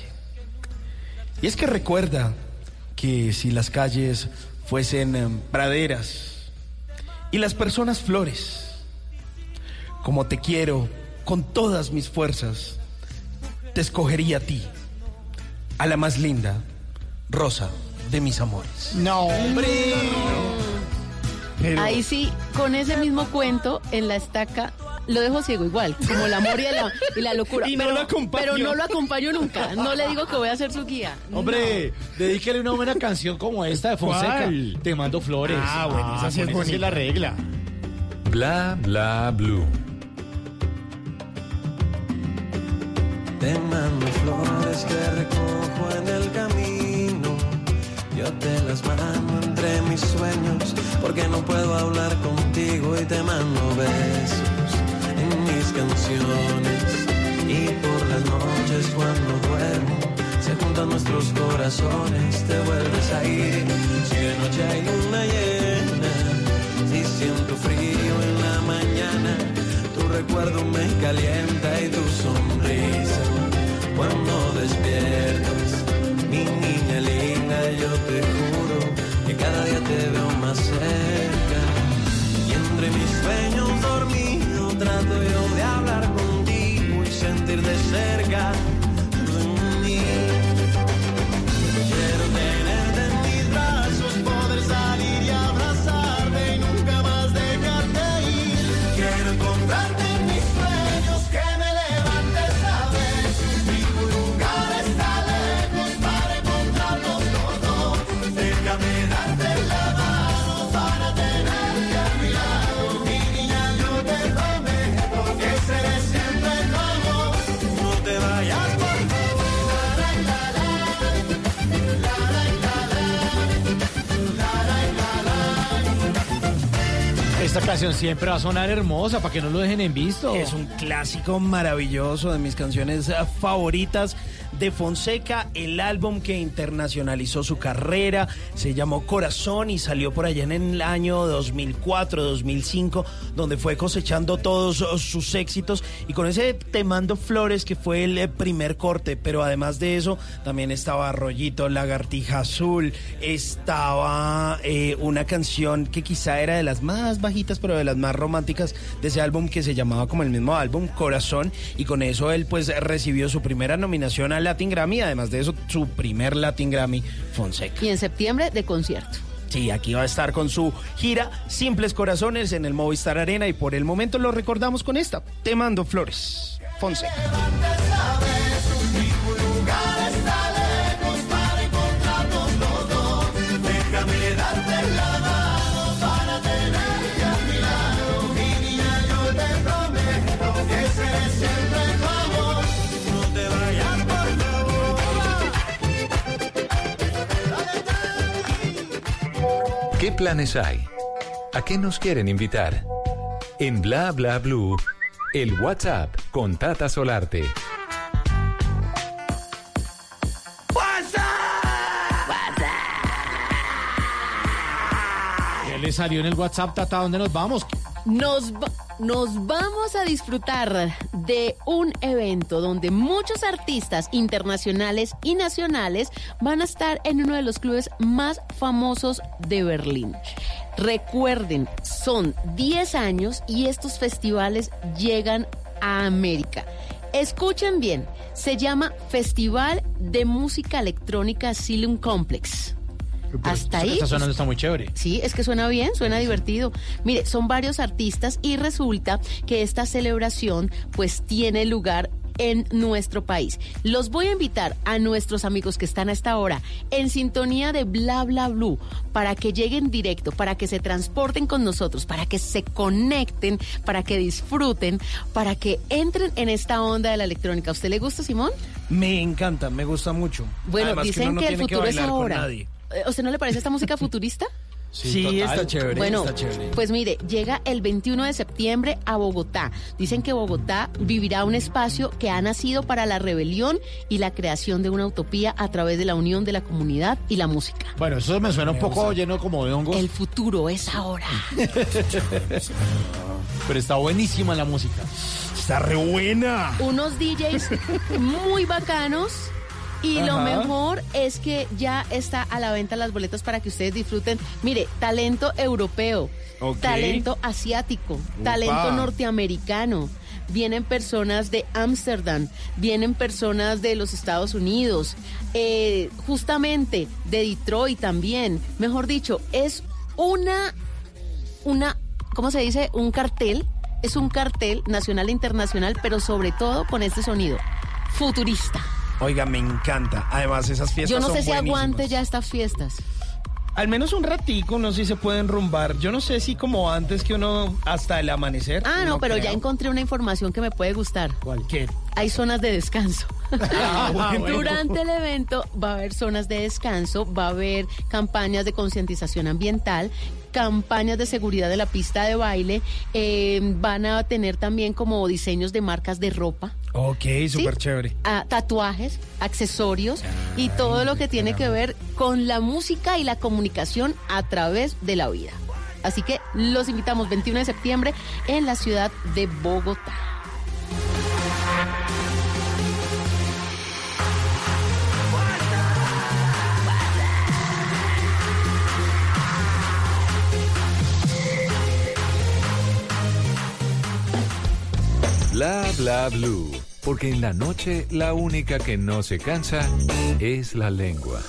Y es que recuerda que si las calles fuesen praderas y las personas flores, como te quiero con todas mis fuerzas, te escogería a ti, a la más linda rosa de mis amores. No, hombre. Pero- Ahí sí, con ese mismo cuento, en la estaca, lo dejo ciego igual, como el amor y la locura. Y no lo acompaño. Pero no lo acompaño nunca. No le digo que voy a ser su guía. Hombre, dedíquele una buena canción como esta de Fonseca. ¿Cuál? Te mando flores. Ah, bueno, esa sí es con esa bonita. la regla. Bla bla blue. Te mando flores que recojo en el camino. Yo te las mando entre mis sueños, porque no puedo hablar contigo y te mando besos en mis canciones. Y por las noches cuando duermo, se juntan nuestros corazones, te vuelves a ir. Si de noche hay luna llena, si siento frío en la mañana, tu recuerdo me calienta y tu sonrisa cuando despiertas, mi niña linda, yo te juro que cada día te veo más cerca. Y entre mis sueños dormido trato yo de hablar contigo y sentir de cerca de mí. Quiero tenerte en mis brazos, poder salir y abrazarte y nunca más dejarte ir. Quiero encontrarte en mis sueños, que me levantes a ver. Ningún lugar está lejos para encontrarnos los dos. Déjame darte la mano para tenerte a mi lado. Mi niña, yo te prometo que seré siempre tu amor. No te vayas, por favor. Esta canción siempre va a sonar hermosa para que no lo dejen en visto. Es un clásico maravilloso de mis canciones favoritas de Fonseca, el álbum que internacionalizó su carrera, se llamó Corazón y salió por allá en el año 2004, 2005, donde fue cosechando todos sus éxitos y con ese Te mando flores que fue el primer corte, pero además de eso también estaba Rollito, Lagartija Azul, estaba una canción que quizá era de las más bajitas pero de las más románticas de ese álbum que se llamaba como el mismo álbum, Corazón, y con eso él pues recibió su primera nominación al Latin Grammy, además de eso su primer Latin Grammy, Fonseca. Y en septiembre de concierto. Sí, aquí va a estar con su gira Simples Corazones en el Movistar Arena y por el momento lo recordamos con esta, Te mando flores, Fonseca. Déjame darte la mano para tenerte a mi lado. Mi niña, yo te prometo que seré siempre tu amor. No te vayas, por favor. ¿Qué planes hay? ¿A qué nos quieren invitar? En Bla Bla Blue, el WhatsApp con Tata Solarte. ¿Qué le salió en el WhatsApp, Tata? ¿Dónde nos vamos? Nos vamos a disfrutar de un evento donde muchos artistas internacionales y nacionales van a estar en uno de los clubes más famosos de Berlín. Recuerden, son 10 años y estos festivales llegan a América. Escuchen bien, se llama Festival de Música Electrónica Asylum Complex. Hasta ahí. Está sonando, está muy chévere. Sí, es que suena bien, suena divertido. Mire, son varios artistas y resulta que esta celebración pues tiene lugar en nuestro país. Los voy a invitar a nuestros amigos que están a esta hora en sintonía de Bla Bla Blue para que lleguen directo, para que se transporten con nosotros, para que se conecten, para que disfruten, para que entren en esta onda de la electrónica. ¿A usted le gusta, Simón? Me encanta, me gusta mucho. Bueno, además, dicen que el futuro es ahora. ¿A usted no le parece esta música futurista? Sí, está chévere. Bueno, está chévere. Pues mire, llega el 21 de septiembre a Bogotá. Dicen que Bogotá vivirá un espacio que ha nacido para la rebelión y la creación de una utopía a través de la unión de la comunidad y la música. Bueno, eso me suena un poco lleno como de hongos. El futuro es ahora. Pero está buenísima la música. Está re buena. Unos DJs muy bacanos. Y lo mejor es que ya está a la venta las boletas para que ustedes disfruten. Mire, talento europeo, talento asiático, talento norteamericano. Vienen personas de Ámsterdam, vienen personas de los Estados Unidos, justamente de Detroit también. Mejor dicho, es una, ¿cómo se dice? Un cartel. Es un cartel nacional e internacional, pero sobre todo con este sonido futurista. Oiga, me encanta. Además, esas fiestas yo no sé son si buenísimas. aguante ya estas fiestas. Al menos un ratico, no sé si se pueden rumbar. Yo no sé si como antes que uno hasta el amanecer. Ah, no, pero ya encontré una información que me puede gustar. ¿Cuál? ¿Qué? Hay zonas de descanso. Bueno. Durante el evento va a haber zonas de descanso, va a haber campañas de concientización ambiental, campañas de seguridad de la pista de baile, van a tener también como diseños de marcas de ropa. Ok, súper chévere. Tatuajes, accesorios y todo lo que tiene que ver con la música y la comunicación a través de la vida. Así que los invitamos 21 de septiembre en la ciudad de Bogotá. Bla Bla Blue, porque en la noche la única que no se cansa es la lengua.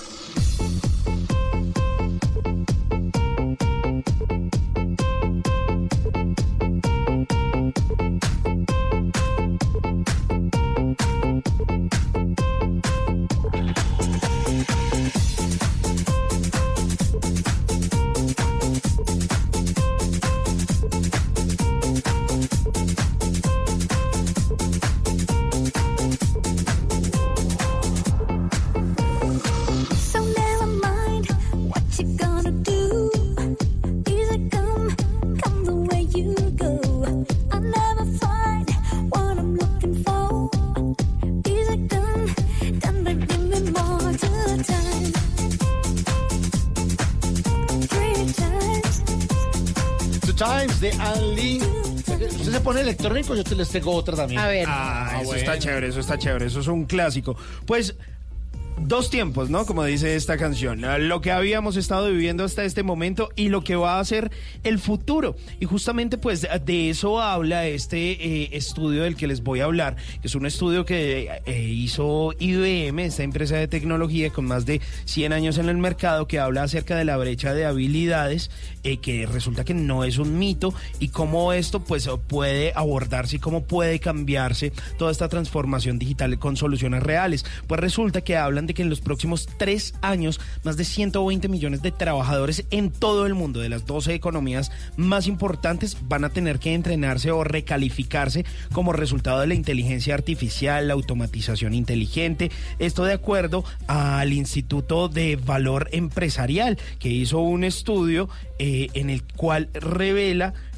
Times de Ali. ¿Usted se pone electrónico? Yo te les tengo otra también. A ver. Eso bueno. está chévere, eso está chévere. Eso es un clásico. Pues dos tiempos, ¿no? Como dice esta canción. Lo que habíamos estado viviendo hasta este momento y lo que va a ser el futuro. Y justamente pues de eso habla este estudio del que les voy a hablar, que es un estudio que hizo IBM, esta empresa de tecnología con más de 100 años en el mercado, que habla acerca de la brecha de habilidades, que resulta que no es un mito, y cómo esto pues puede abordarse y cómo puede cambiarse toda esta transformación digital con soluciones reales. Pues resulta que hablan de que en los próximos 3 años más de 120 millones de trabajadores en todo el mundo de las 12 economías más importantes van a tener que entrenarse o recalificarse como resultado de la inteligencia artificial, la automatización inteligente. Esto de acuerdo al Instituto de Valor Empresarial, que hizo un estudio en el cual revela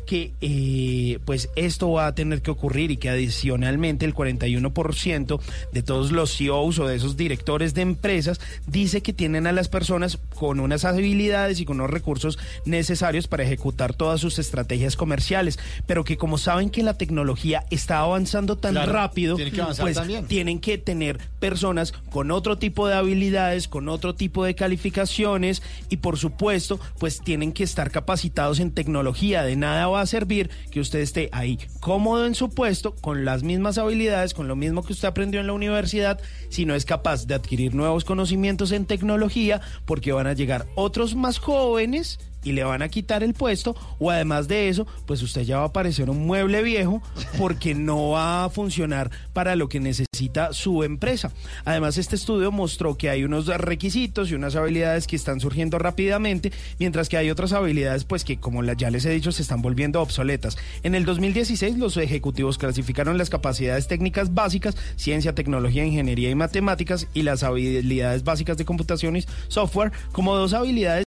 que pues esto va a tener que ocurrir y que adicionalmente el 41% de todos los CEOs o de esos directores de empresas dice que tienen a las personas con unas habilidades y con unos recursos necesarios para ejecutar todas sus estrategias comerciales, pero que como saben que la tecnología está avanzando tan rápido, pues tienen que tener personas con otro tipo de habilidades, con otro tipo de calificaciones y por supuesto pues tienen que estar capacitados en tecnología. De nada va a servir que usted esté ahí cómodo en su puesto con las mismas habilidades, con lo mismo que usted aprendió en la universidad, si no es capaz de adquirir nuevos conocimientos en tecnología, porque van a llegar otros más jóvenes y le van a quitar el puesto, o además de eso, pues usted ya va a parecer un mueble viejo porque no va a funcionar para lo que necesita su empresa. Además, este estudio mostró que hay unos requisitos y unas habilidades que están surgiendo rápidamente, mientras que hay otras habilidades pues que, como ya les he dicho, se están volviendo obsoletas. En el 2016, los ejecutivos clasificaron las capacidades técnicas básicas, ciencia, tecnología, ingeniería y matemáticas, y las habilidades básicas de computación y software como 2 habilidades